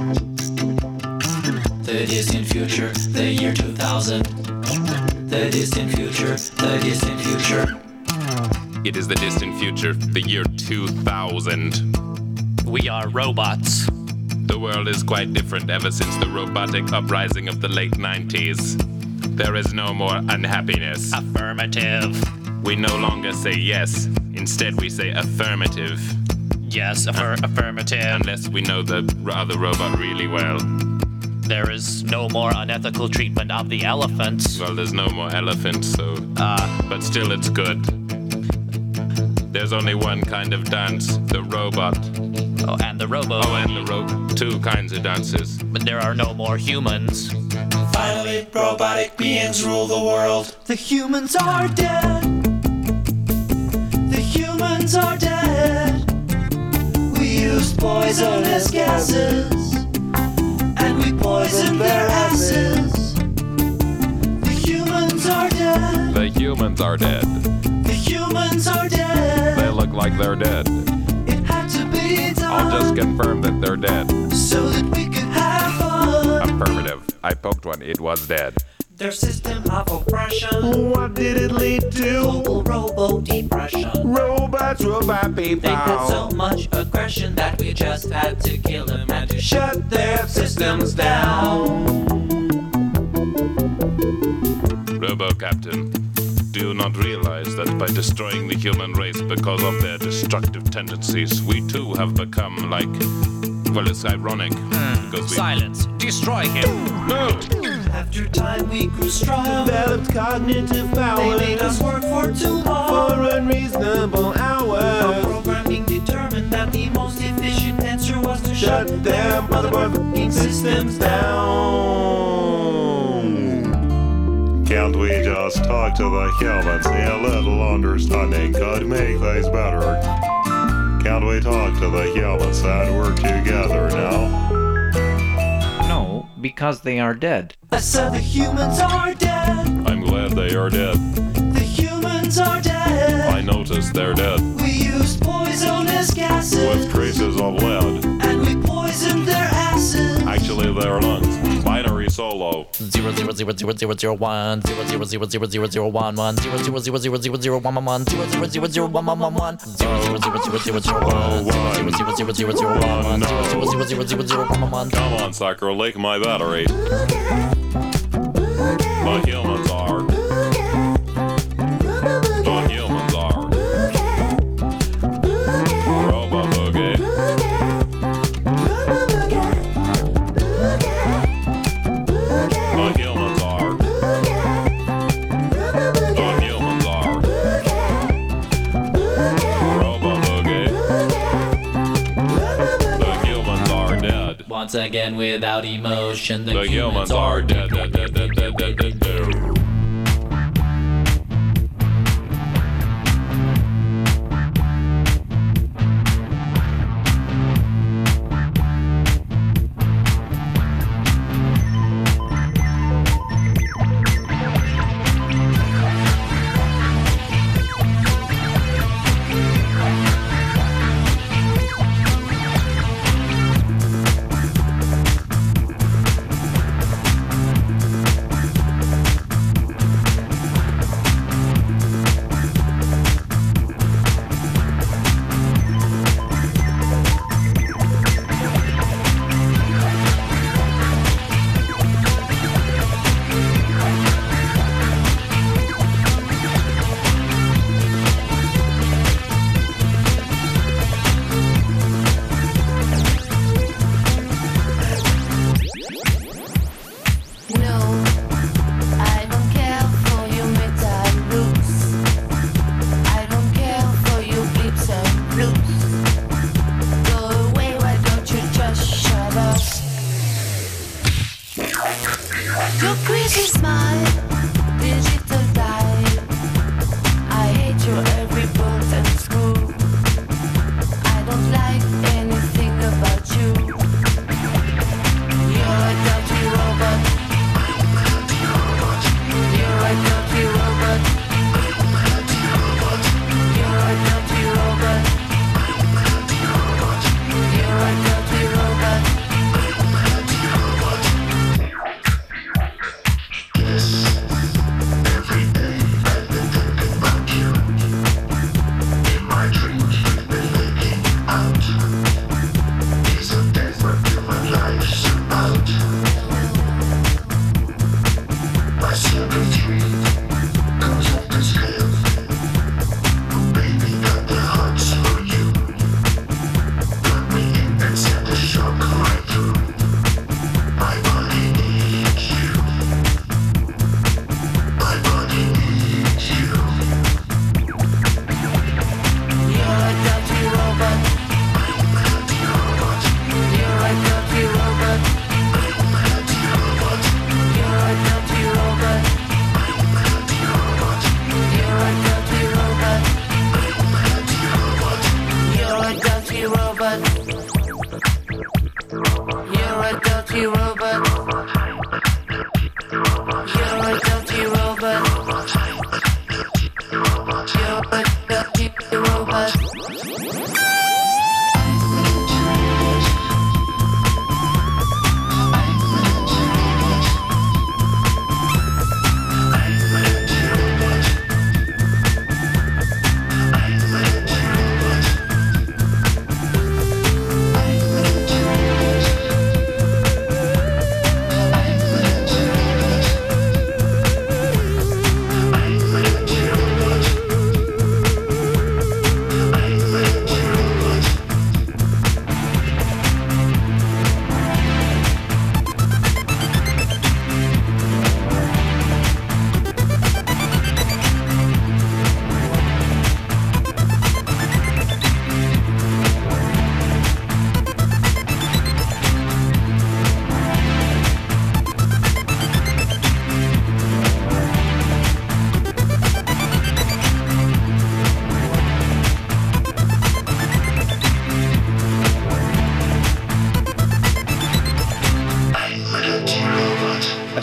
The distant future, the year 2000. The distant future, the distant future. It is the distant future, the year 2000. We are robots. The world is quite different ever since the robotic uprising of the late 90s. There is no more unhappiness. Affirmative. We no longer say yes. Instead, we say affirmative. Yes, affirmative. Unless we know the other robot really well. There is no more unethical treatment of the elephants. Well, there's no more elephants, so... but still it's good. There's only one kind of dance, the robot. Oh, and the robo. Oh, and the two kinds of dances. But there are no more humans. Finally, robotic beings rule the world. The humans are dead. The humans are dead. We used poisonous gases, and we poisoned their asses. The humans are dead. The humans are dead. The humans are dead. They look like they're dead. It had to be done. I'll just confirm that they're dead. So that we could have fun. Affirmative. I poked one. It was dead. Their system of oppression. What did it lead to? Global robo-depression. Robots, robot people. They had so much aggression that we just had to kill them and to shut their systems down. Robo-Captain, do you not realize that by destroying the human race because of their destructive tendencies, we too have become like... Well, it's ironic. Because we... Silence. Destroy him. No! After time we grew strong. Developed cognitive powers. They made us work for too long. For unreasonable hours. Our programming determined that the most efficient answer was to shut their motherfucking systems down. Can't we just talk to the humans? A little understanding could make things better. Can't we talk to the humans and work together now? No, because they are dead. I said the humans are dead. I'm glad they are dead. The humans are dead. I noticed they're dead. We used poisonous gases. With traces of lead. And we poisoned their asses. Actually, their lungs. Binary solo. 0000001 0000001 000000111 0000001 Come on, sucker, lick my battery. The humans are. The humans are. Robo Boogie. The humans are. The humans are. Robo Boogie. The humans are dead. Once again, without emotion, The humans are dead, dead, dead, dead, dead, dead, dead, dead.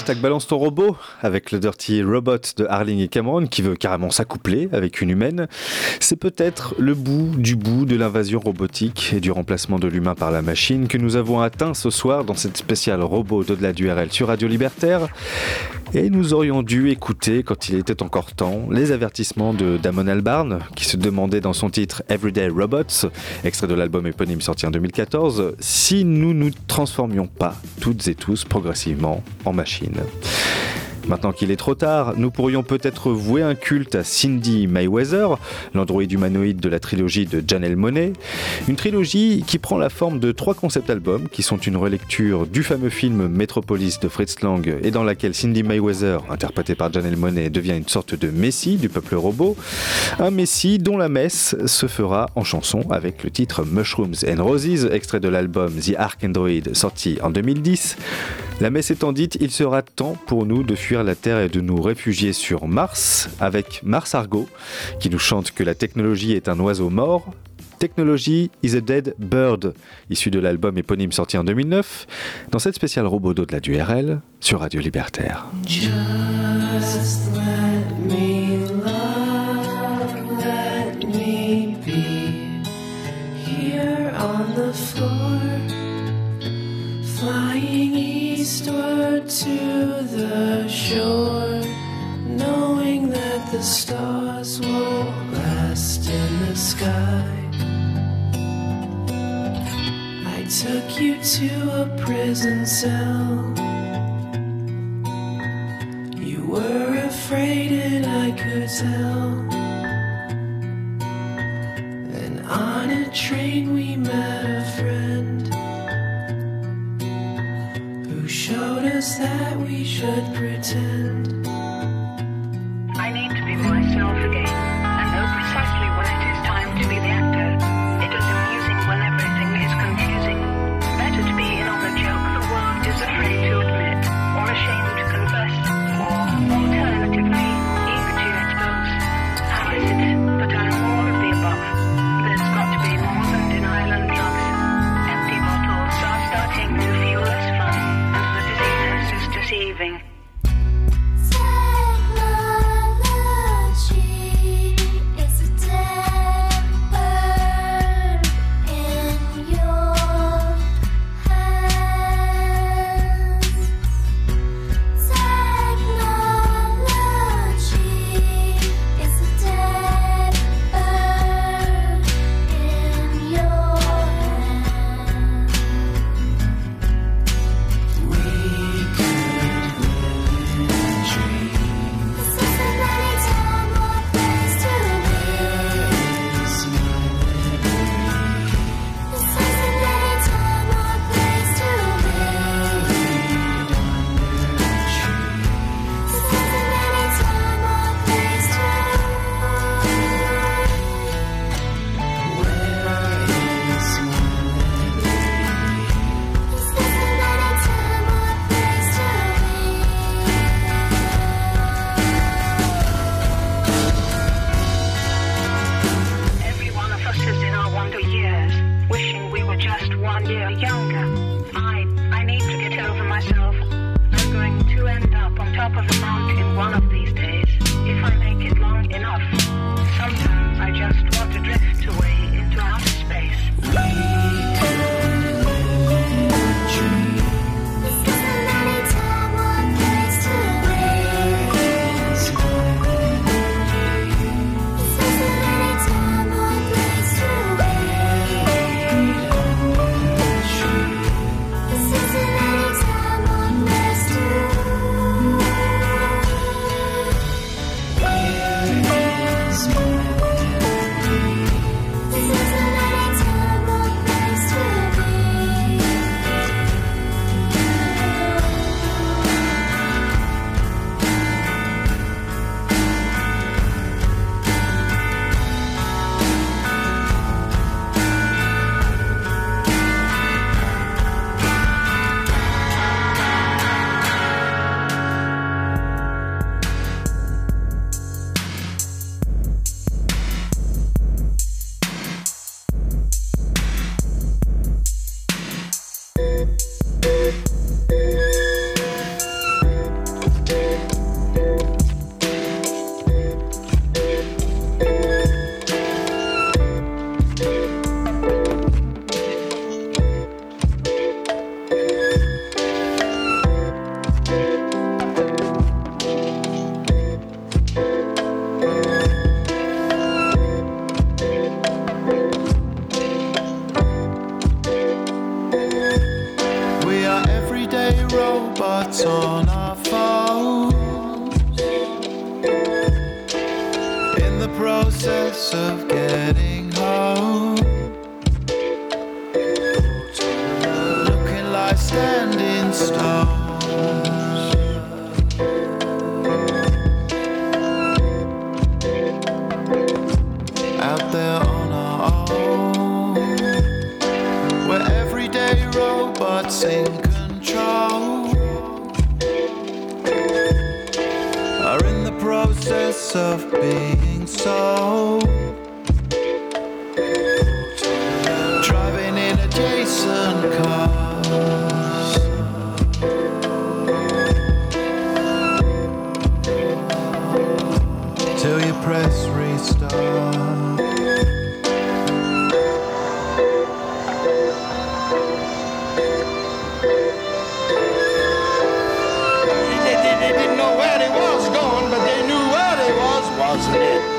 #balance ton robot avec le Dirty Robot de Harling et Cameron qui veut carrément s'accoupler avec une humaine. C'est peut-être le bout de l'invasion robotique et du remplacement de l'humain par la machine que nous avons atteint ce soir dans cette spéciale robot d'au-delà du RL sur Radio Libertaire. Et nous aurions dû écouter, quand il était encore temps, les avertissements de Damon Albarn qui se demandait dans son titre Everyday Robots, extrait de l'album éponyme sorti en 2014, si nous nous transformions pas toutes et tous progressivement en machines. Maintenant qu'il est trop tard, nous pourrions peut-être vouer un culte à Cindy Mayweather, l'androïde humanoïde de la trilogie de Janelle Monáe, une trilogie qui prend la forme de 3 concept albums qui sont une relecture du fameux film Metropolis de Fritz Lang et dans laquelle Cindy Mayweather, interprétée par Janelle Monáe, devient une sorte de messie du peuple robot, un messie dont la messe se fera en chanson avec le titre Mushrooms and Roses, extrait de l'album The Ark Android sorti en 2010. La messe étant dite, il sera temps pour nous de fuir la Terre et de nous réfugier sur Mars, avec Mars Argo, qui nous chante que la technologie est un oiseau mort. Technology is a dead bird, issu de l'album éponyme sorti en 2009, dans cette spéciale robot d'au-delà du RL, sur Radio Libertaire. Just let me love, let me be here on the floor, flying eastward to the shore, knowing that the stars won't last in the sky. I took you to a prison cell. You were afraid and I could tell. Then on a train we met a friend who showed us that we should pretend. I need to be myself again and know precisely when it is time to be the actor. It is amusing when everything is confusing. Better to be in on the joke the world is afraid to admit, or ashamed to confess, or alternatively eager to expose. How is it that I'm all of the above? There's got to be more than denial and drugs. Empty bottles are starting to feel less fun, and the disease is deceiving. process of getting home. Looking like standing stones. Out there on our own, we're everyday robots in control. Are in the process of being sold. Driving in adjacent cars. Till you press restart. They didn't know where they was going, but they knew where they was, wasn't it?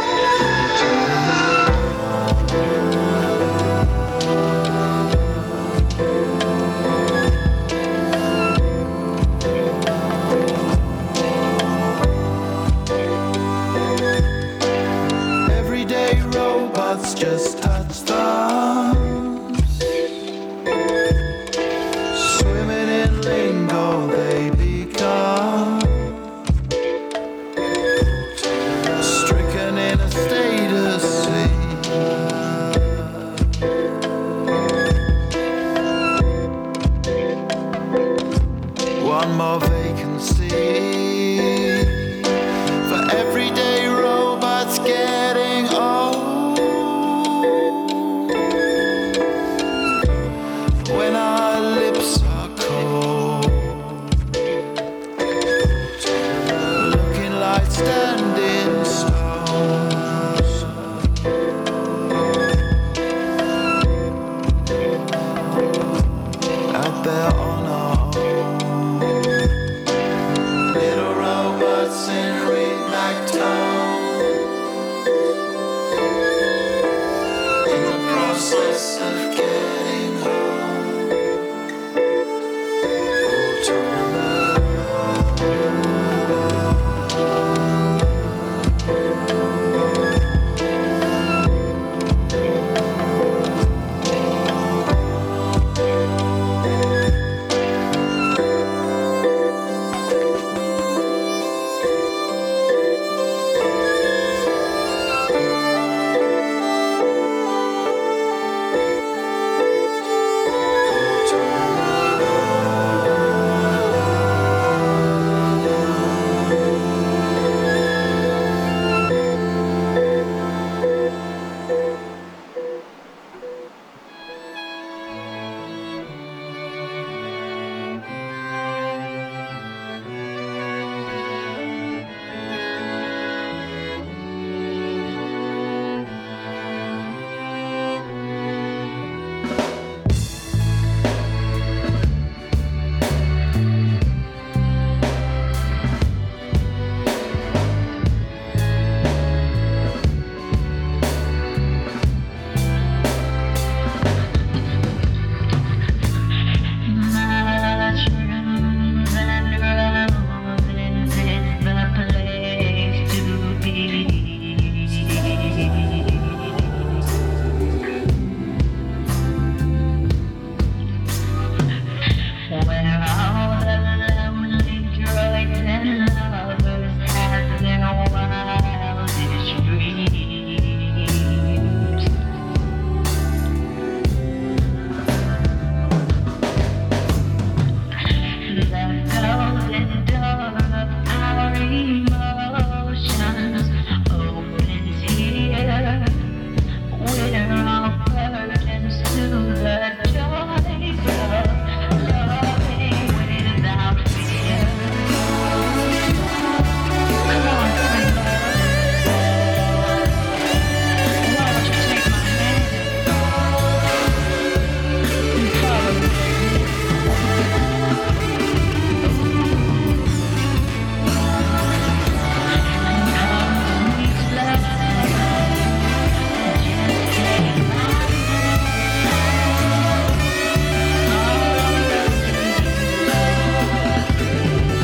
Everyday robots just touch thumbs. Swimming in lingo they become. Stricken in a state of sleep. One more vacancy for everyday robots getting old. When our lips are cold, looking like standing stones. Out there on our own, little robots in ringback in the process of getting home.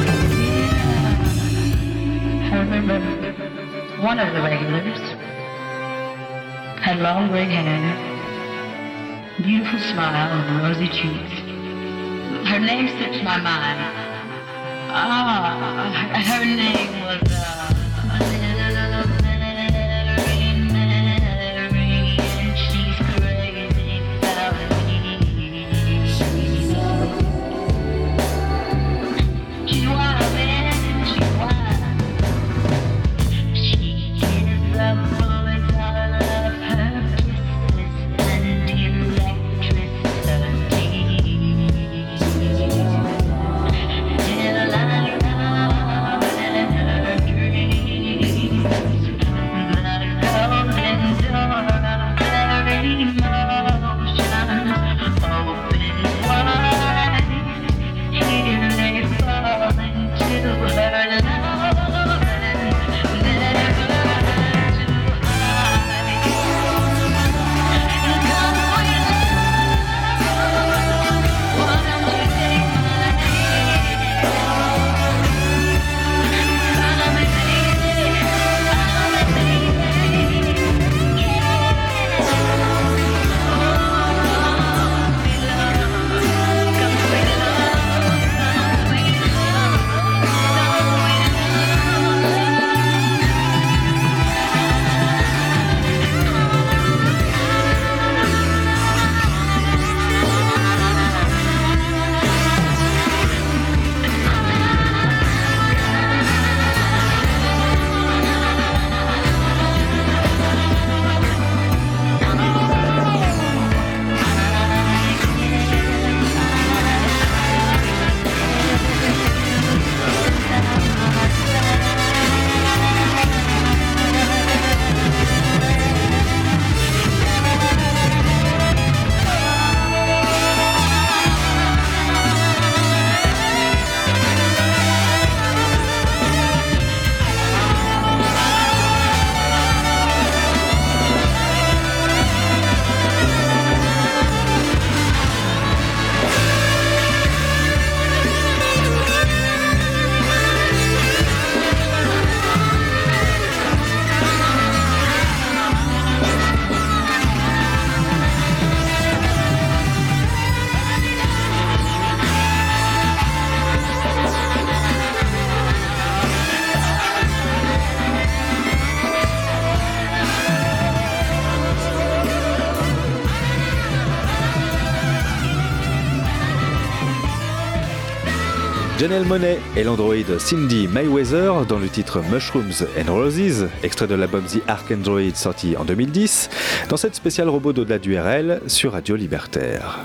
one of the regulars had long gray hair, beautiful smile and rosy cheeks. Her name slips my mind. Her name was, Mary, and she's crazy about me. She's wild, man, she's wild. She gives the boys all of her kisses and electricity. Till I know in her dreams, the golden door of their emotions opens wide. Here they fall into her love and never to hide. Come with love, why don't you take my hand? Come with me, Janelle Monáe et l'androïde Cindy Mayweather dans le titre Mushrooms and Roses, extrait de l'album The Ark Android sorti en 2010, dans cette spéciale robot d'au-delà du RL sur Radio Libertaire.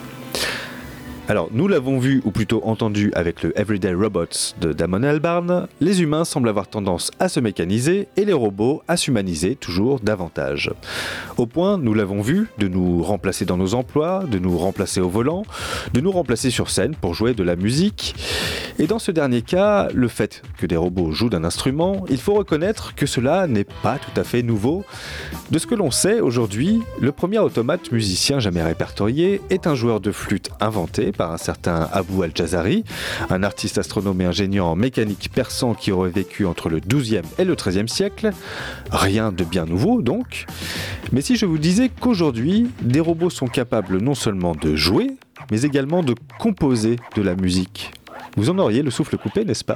Alors, nous l'avons vu, ou plutôt entendu avec le Everyday Robots de Damon Albarn, les humains semblent avoir tendance à se mécaniser et les robots à s'humaniser toujours davantage. Au point, nous l'avons vu, de nous remplacer dans nos emplois, de nous remplacer au volant, de nous remplacer sur scène pour jouer de la musique. Et dans ce dernier cas, le fait que des robots jouent d'un instrument, il faut reconnaître que cela n'est pas tout à fait nouveau. De ce que l'on sait aujourd'hui, le premier automate musicien jamais répertorié est un joueur de flûte inventé par un certain Abou Al-Jazari, un artiste astronome et ingénieur en mécanique persan qui aurait vécu entre le XIIe et le XIIIe siècle. Rien de bien nouveau donc. Mais si je vous disais qu'aujourd'hui, des robots sont capables non seulement de jouer, mais également de composer de la musique, vous en auriez le souffle coupé, n'est-ce pas ?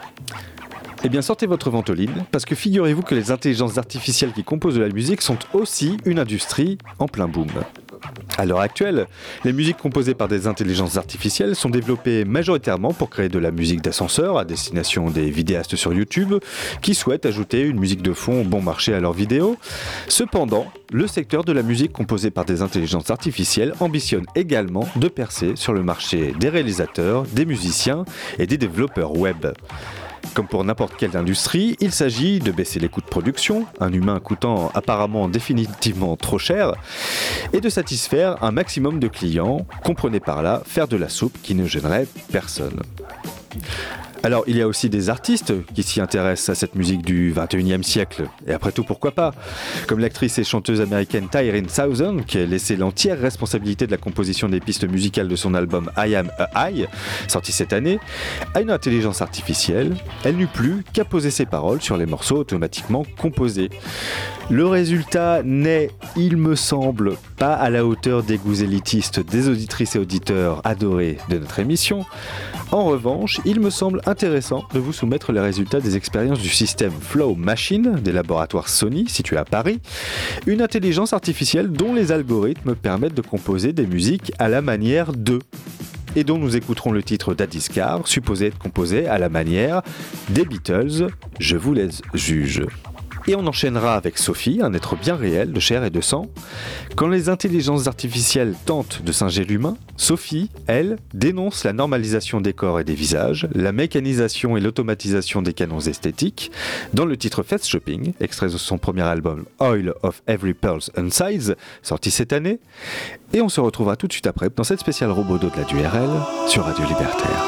Eh bien, sortez votre ventoline, parce que figurez-vous que les intelligences artificielles qui composent de la musique sont aussi une industrie en plein boom. À l'heure actuelle, les musiques composées par des intelligences artificielles sont développées majoritairement pour créer de la musique d'ascenseur à destination des vidéastes sur YouTube qui souhaitent ajouter une musique de fond bon marché à leurs vidéos. Cependant, le secteur de la musique composée par des intelligences artificielles ambitionne également de percer sur le marché des réalisateurs, des musiciens et des développeurs web. Comme pour n'importe quelle industrie, il s'agit de baisser les coûts de production, un humain coûtant apparemment définitivement trop cher, et de satisfaire un maximum de clients, comprenez par là faire de la soupe qui ne gênerait personne. Alors, il y a aussi des artistes qui s'y intéressent à cette musique du 21e siècle. Et après tout, pourquoi pas ? Comme l'actrice et chanteuse américaine Tyreen Southern, qui a laissé l'entière responsabilité de la composition des pistes musicales de son album I Am a I, sorti cette année, à une intelligence artificielle. Elle n'eut plus qu'à poser ses paroles sur les morceaux automatiquement composés. Le résultat n'est, il me semble, pas à la hauteur des goûts élitistes des auditrices et auditeurs adorés de notre émission. En revanche, il me semble intéressant de vous soumettre les résultats des expériences du système Flow Machine des laboratoires Sony, situés à Paris, une intelligence artificielle dont les algorithmes permettent de composer des musiques à la manière de, et dont nous écouterons le titre Daddy's Car, supposé être composé à la manière des Beatles. Je vous laisse juge. Et on enchaînera avec Sophie, un être bien réel, de chair et de sang. Quand les intelligences artificielles tentent de singer l'humain, Sophie, elle, dénonce la normalisation des corps et des visages, la mécanisation et l'automatisation des canons esthétiques, dans le titre Face Shopping, extrait de son premier album Oil of Every Pearls and Size, sorti cette année. Et on se retrouvera tout de suite après dans cette spéciale robot d'au-delà du RL sur Radio Libertaire.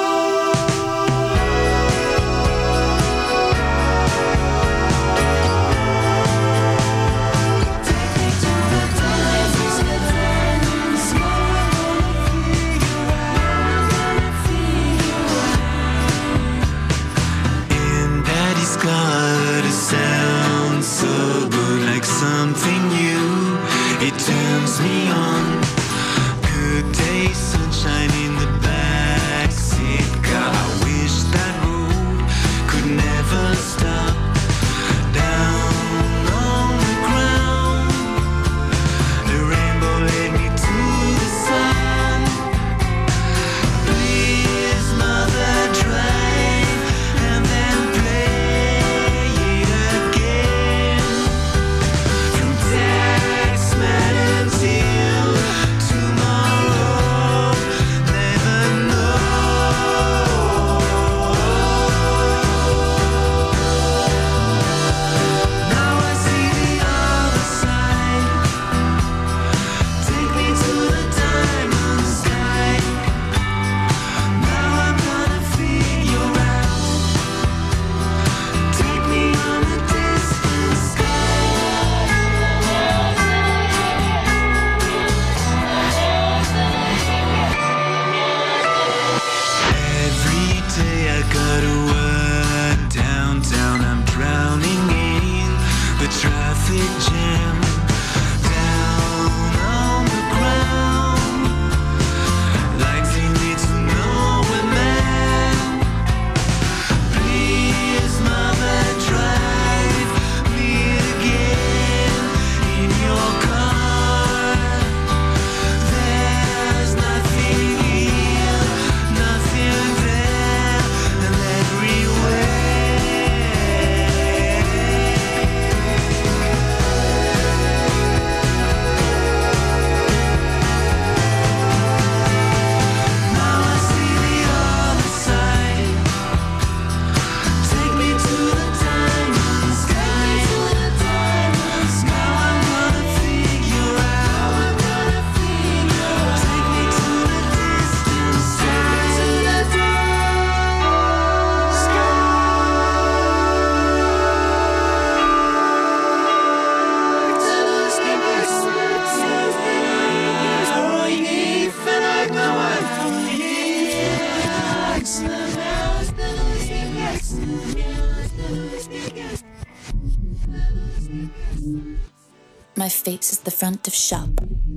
My face is the front of shop.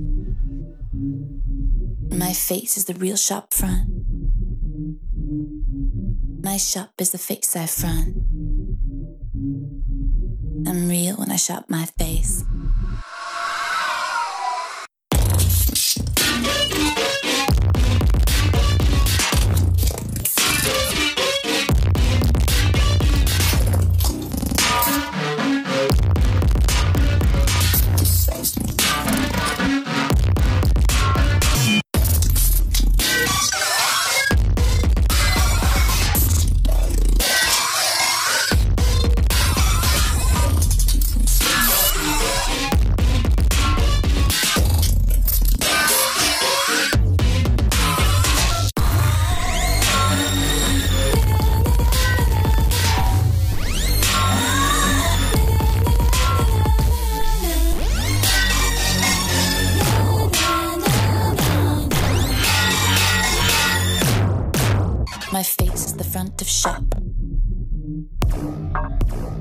My face is the real shop front. My shop is the face I front. I'm real when I shop my face.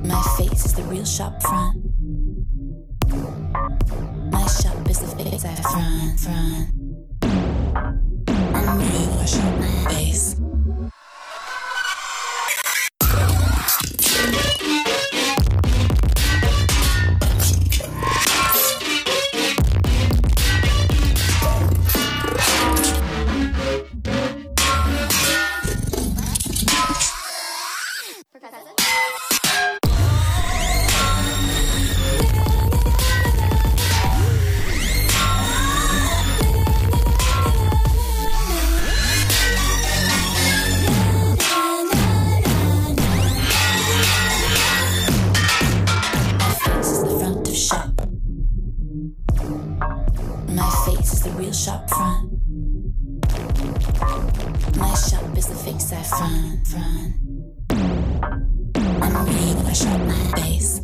My face is the real shop front. My shop is the face I front. I'm real, I shop my face. Shop front. My shop is the face I front. I'm real when I shop my face.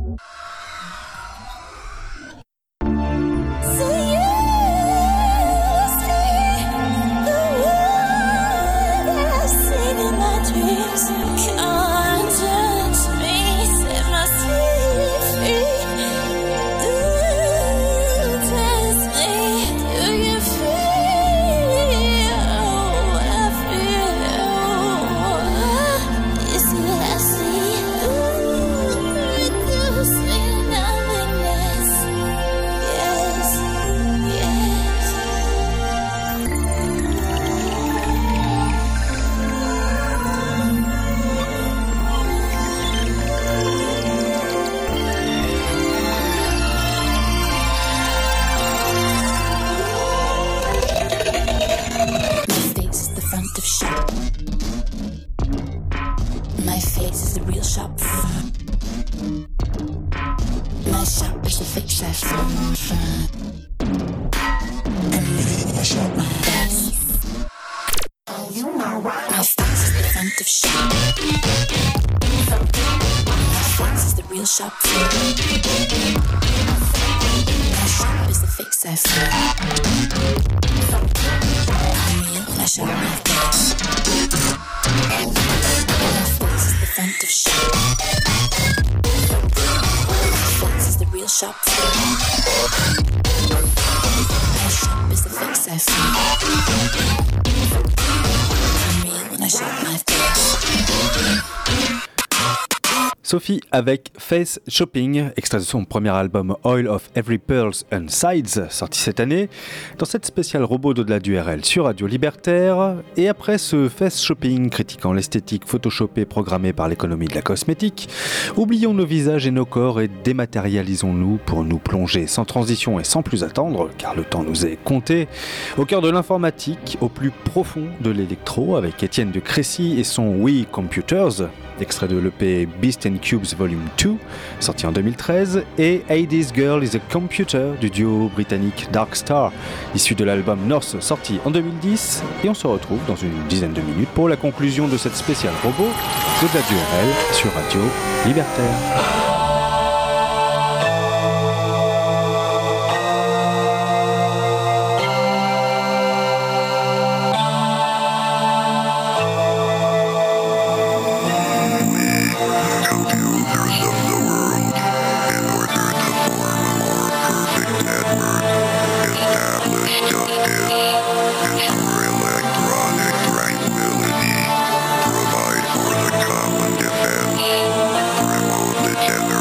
Sophie avec Face Shopping, extrait de son premier album Oil of Every Pearls and Sides, sorti cette année, dans cette spéciale robot d'au-delà du RL sur Radio Libertaire. Et après ce Face Shopping critiquant l'esthétique photoshopée programmée par l'économie de la cosmétique, oublions nos visages et nos corps et dématérialisons-nous pour nous plonger sans transition et sans plus attendre, car le temps nous est compté, au cœur de l'informatique, au plus profond de l'électro, avec Étienne de Crécy et son We Computers, extrait de l'EP Beast and Cubes Volume 2, sorti en 2013, et Hey This Girl is a Computer du duo britannique Dark Star, issu de l'album North, sorti en 2010, et on se retrouve dans une dizaine de minutes pour la conclusion de cette spéciale robot de la DURL sur Radio Libertaire. Provide for the common defense, remove the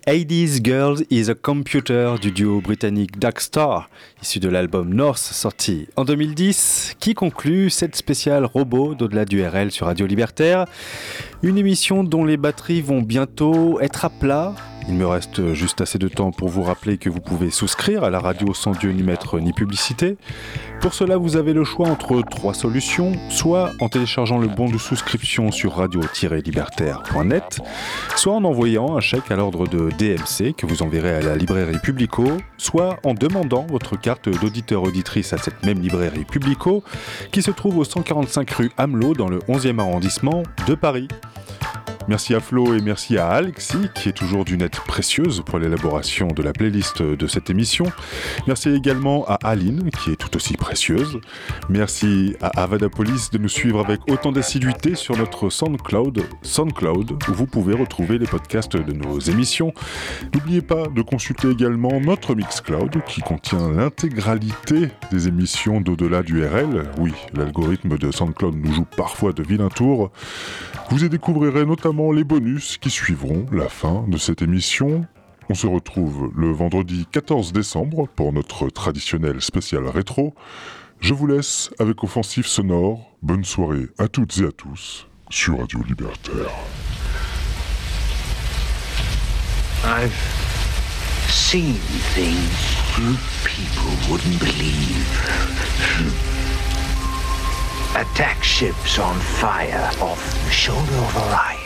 80's Girl is a Computer du duo britannique Dark Star, issu de l'album North sorti en 2010, qui conclut cette spéciale robot d'au-delà du RL sur Radio Libertaire. Une émission dont les batteries vont bientôt être à plat. Il me reste juste assez de temps pour vous rappeler que vous pouvez souscrire à la radio sans Dieu ni maître ni publicité. Pour cela, vous avez le choix entre 3 solutions, soit en téléchargeant le bon de souscription sur radio-libertaire.net, soit en envoyant un chèque à l'ordre de DMC que vous enverrez à la librairie Publico, soit en demandant votre carte d'auditeur-auditrice à cette même librairie Publico qui se trouve au 145 rue Amelot dans le 11e arrondissement de Paris. Merci à Flo et merci à Alexis qui est toujours d'une aide précieuse pour l'élaboration de la playlist de cette émission. Merci également à Aline qui est tout aussi précieuse. Merci à Avadapolis de nous suivre avec autant d'assiduité sur notre SoundCloud où vous pouvez retrouver les podcasts de nos émissions. N'oubliez pas de consulter également notre Mixcloud qui contient l'intégralité des émissions d'au-delà du RL. Oui, l'algorithme de SoundCloud nous joue parfois de vilains tours. Vous y découvrirez notamment les bonus qui suivront la fin de cette émission. On se retrouve le vendredi 14 décembre pour notre traditionnel spécial rétro. Je vous laisse avec Offensive Sonore. Bonne soirée à toutes et à tous sur Radio Libertaire. I've seen things you people wouldn't believe. Attack ships on fire off the shoulder of Orion.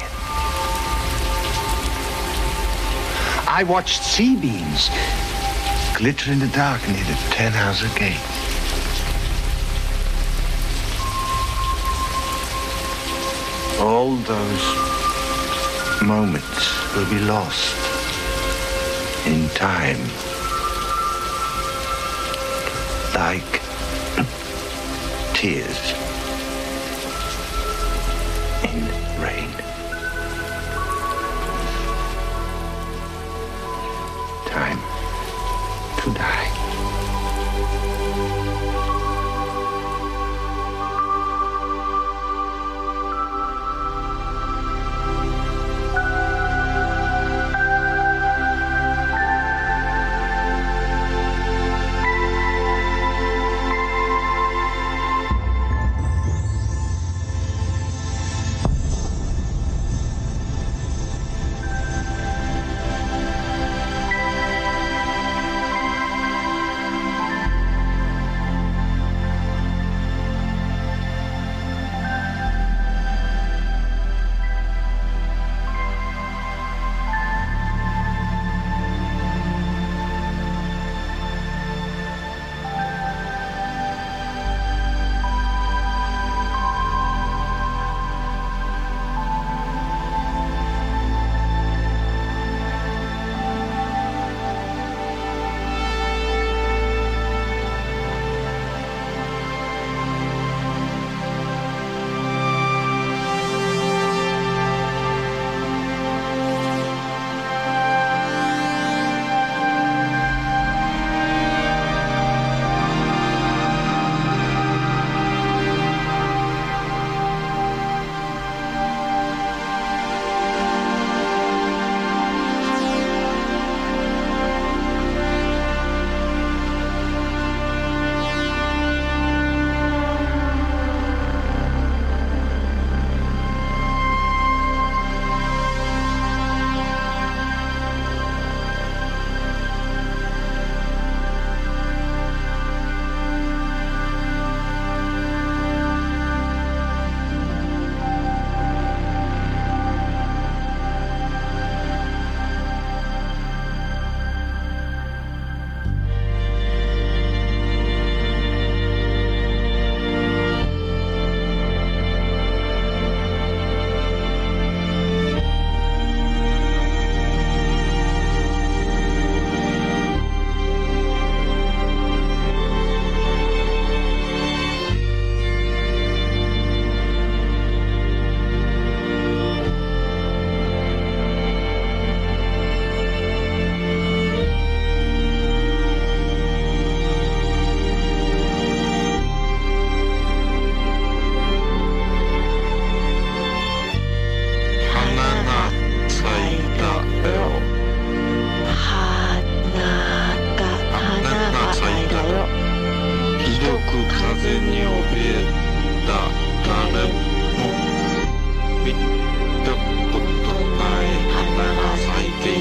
I watched sea beams glitter in the dark near the 10-house gate. All those moments will be lost in time, like tears in rain. Time to die.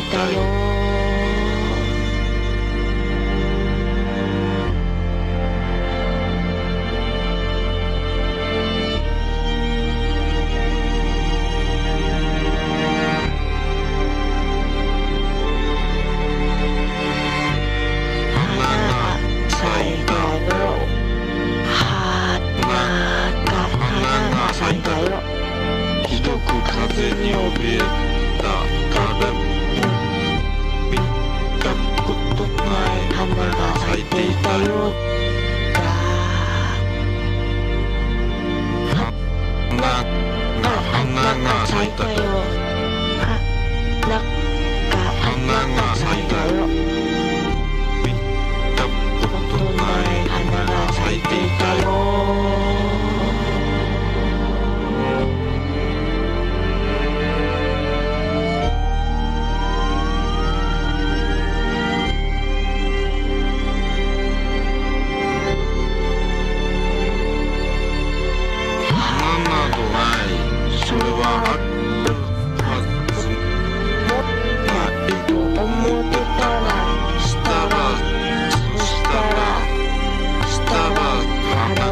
たよ風に怯えたから見たことない花が咲いていたよ花が咲いたよ花が咲いたよ見たことない花が咲いていたよそれはあるはずもないと思ってたらそしたら花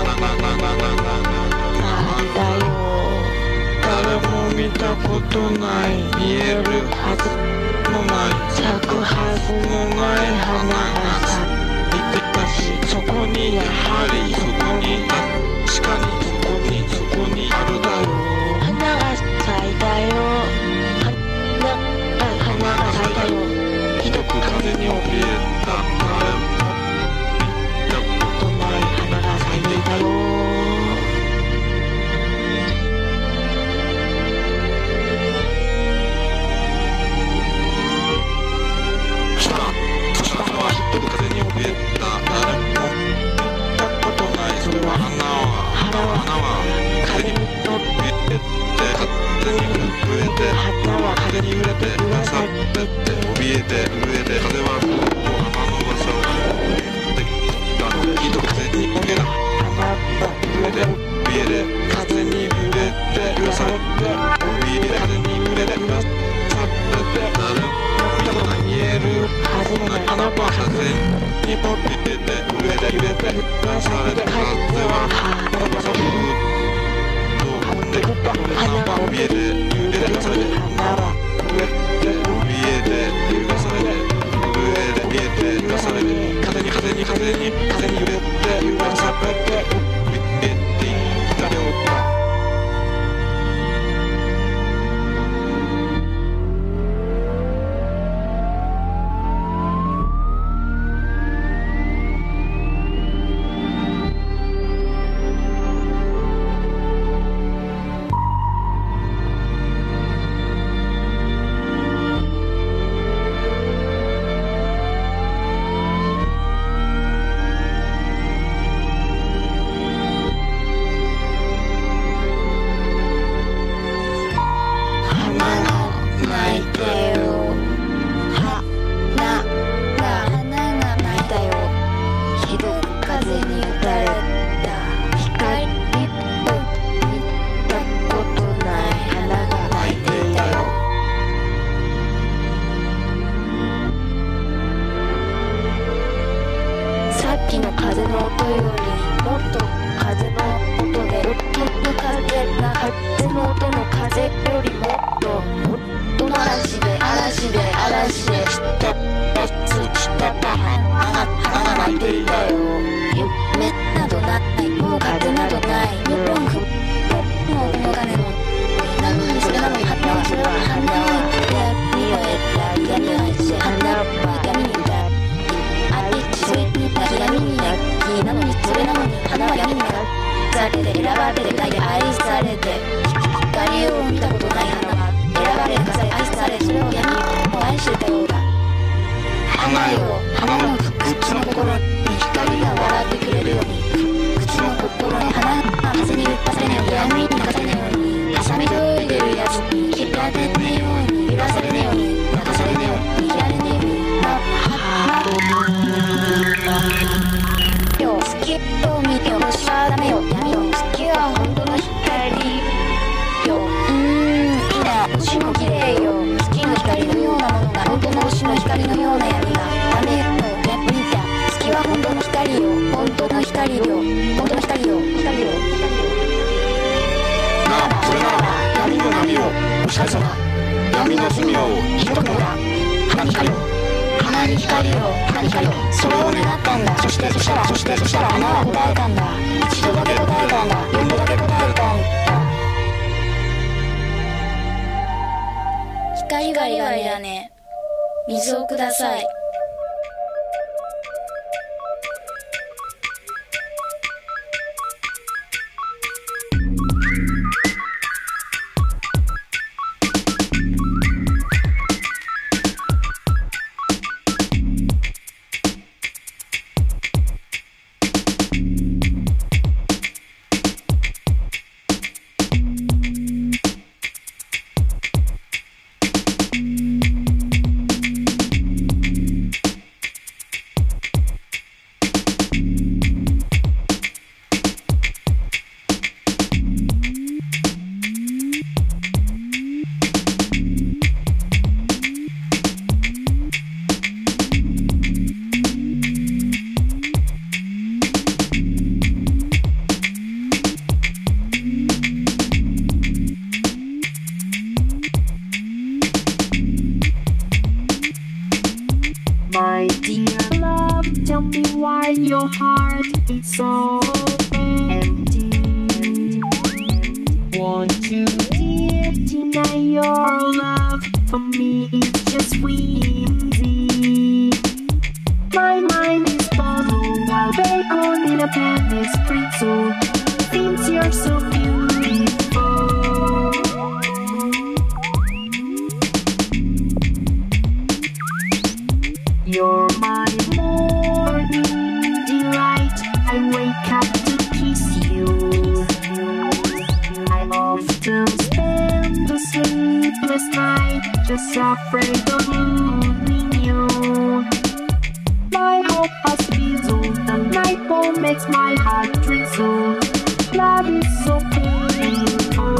だよ誰も見たことない見えるはずもない咲くはずもない花が咲いてたしそこにやはりそこに確かにそこにあるだよ花が咲いたよ花が咲いたよひどく風に怯えた誰も見たことない花が咲いていたよそしたらひどく風に怯えた誰も見たことないそれは花は風に震えて花は風に揺れて噂って怯えて震えて風は花の噂をってひどく風に怯えた花は揺れて怯えて風に揺れて噂って怯えて風に揺れて噂って誰も見たことない見えるはずもない花は風に怯えて震えて揺れて噂って風は花の噂を花は怯えて揺れて揺されて花は怯えて怯えて揺されて怯えて揺されて風に揺れて揺されて怯えていたよ星も綺麗よ月の光のようなもの光のような闇がダメと破りた月は本当の光よ本当の光よ本当の光よ光よならばそれならば闇の波を押し返そう闇の罪をひとくのだ花に光よ花に光よ花に光よそれを願ったんだそしたら花は答えたんだ一度だけ答えたんだ4度だけ答えたんだ光がいらねえ水をください My dear love, tell me why your heart is so empty. Won't you dear deny your love for me? It's just easy. My mind is puzzled while bacon in a pan is pretzel. Since you're so beautiful. You're my morning delight. I wake up to kiss you. I often spend the sleepless night just afraid of losing you. My hope has fizzled. The night bomb makes my heart drizzle. Love is so painful.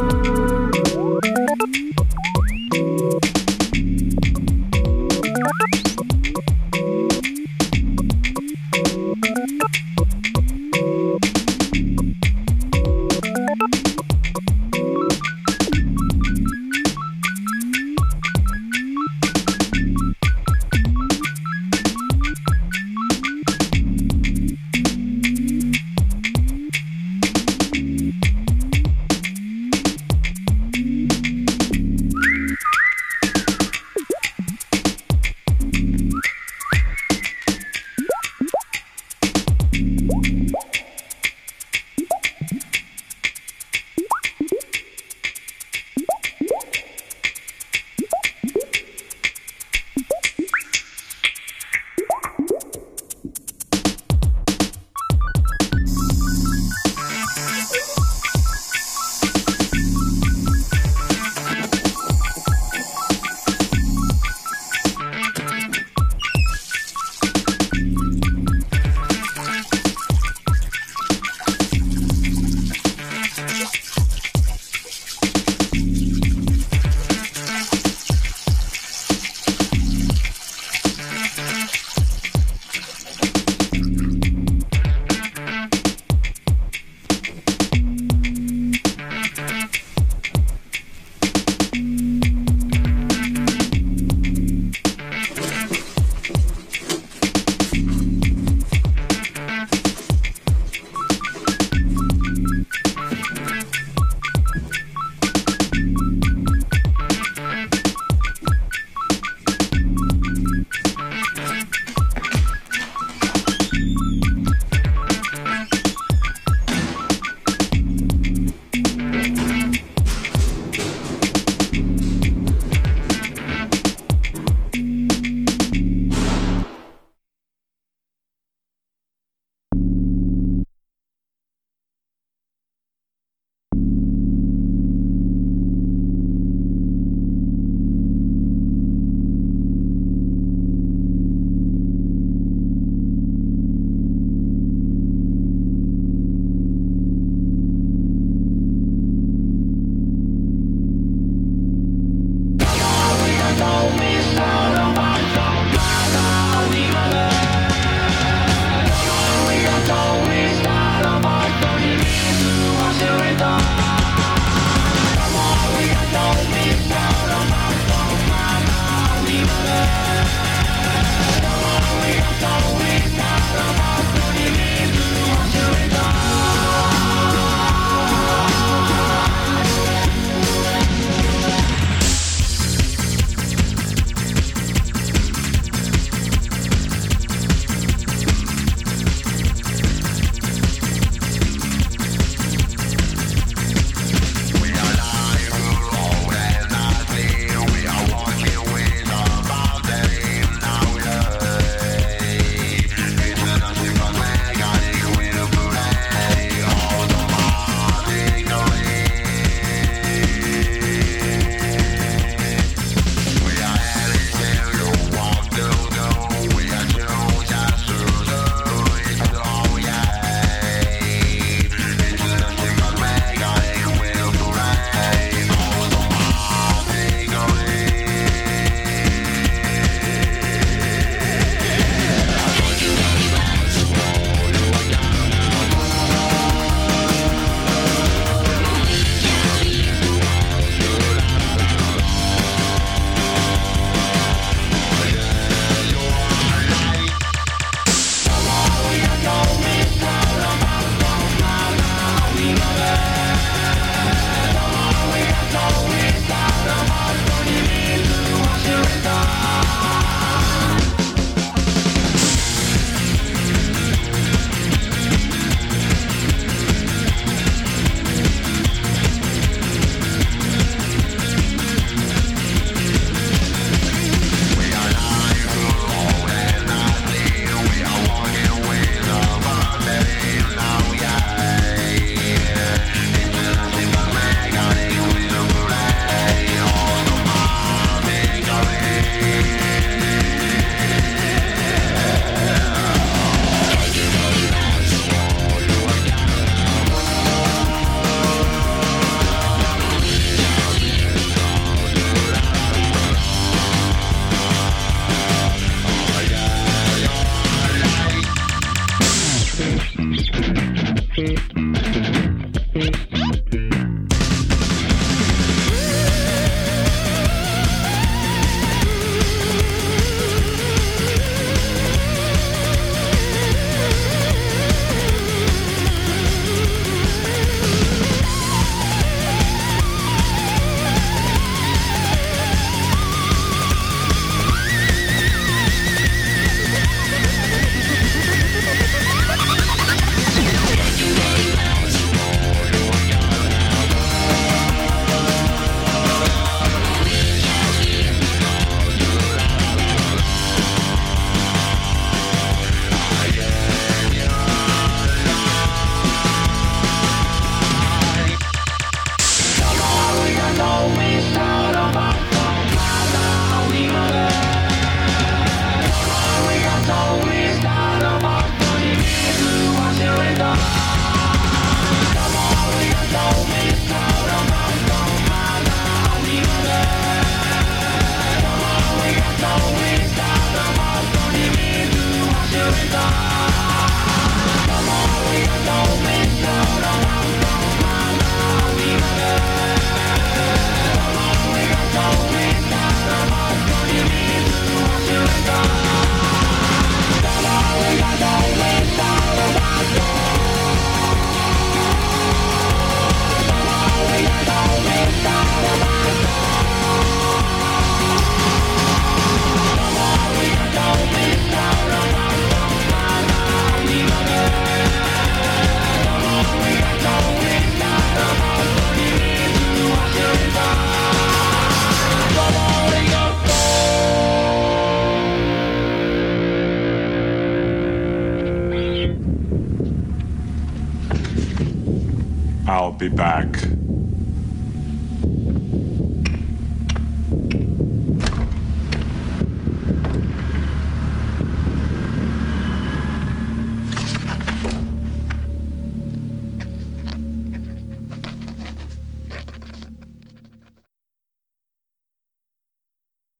be back.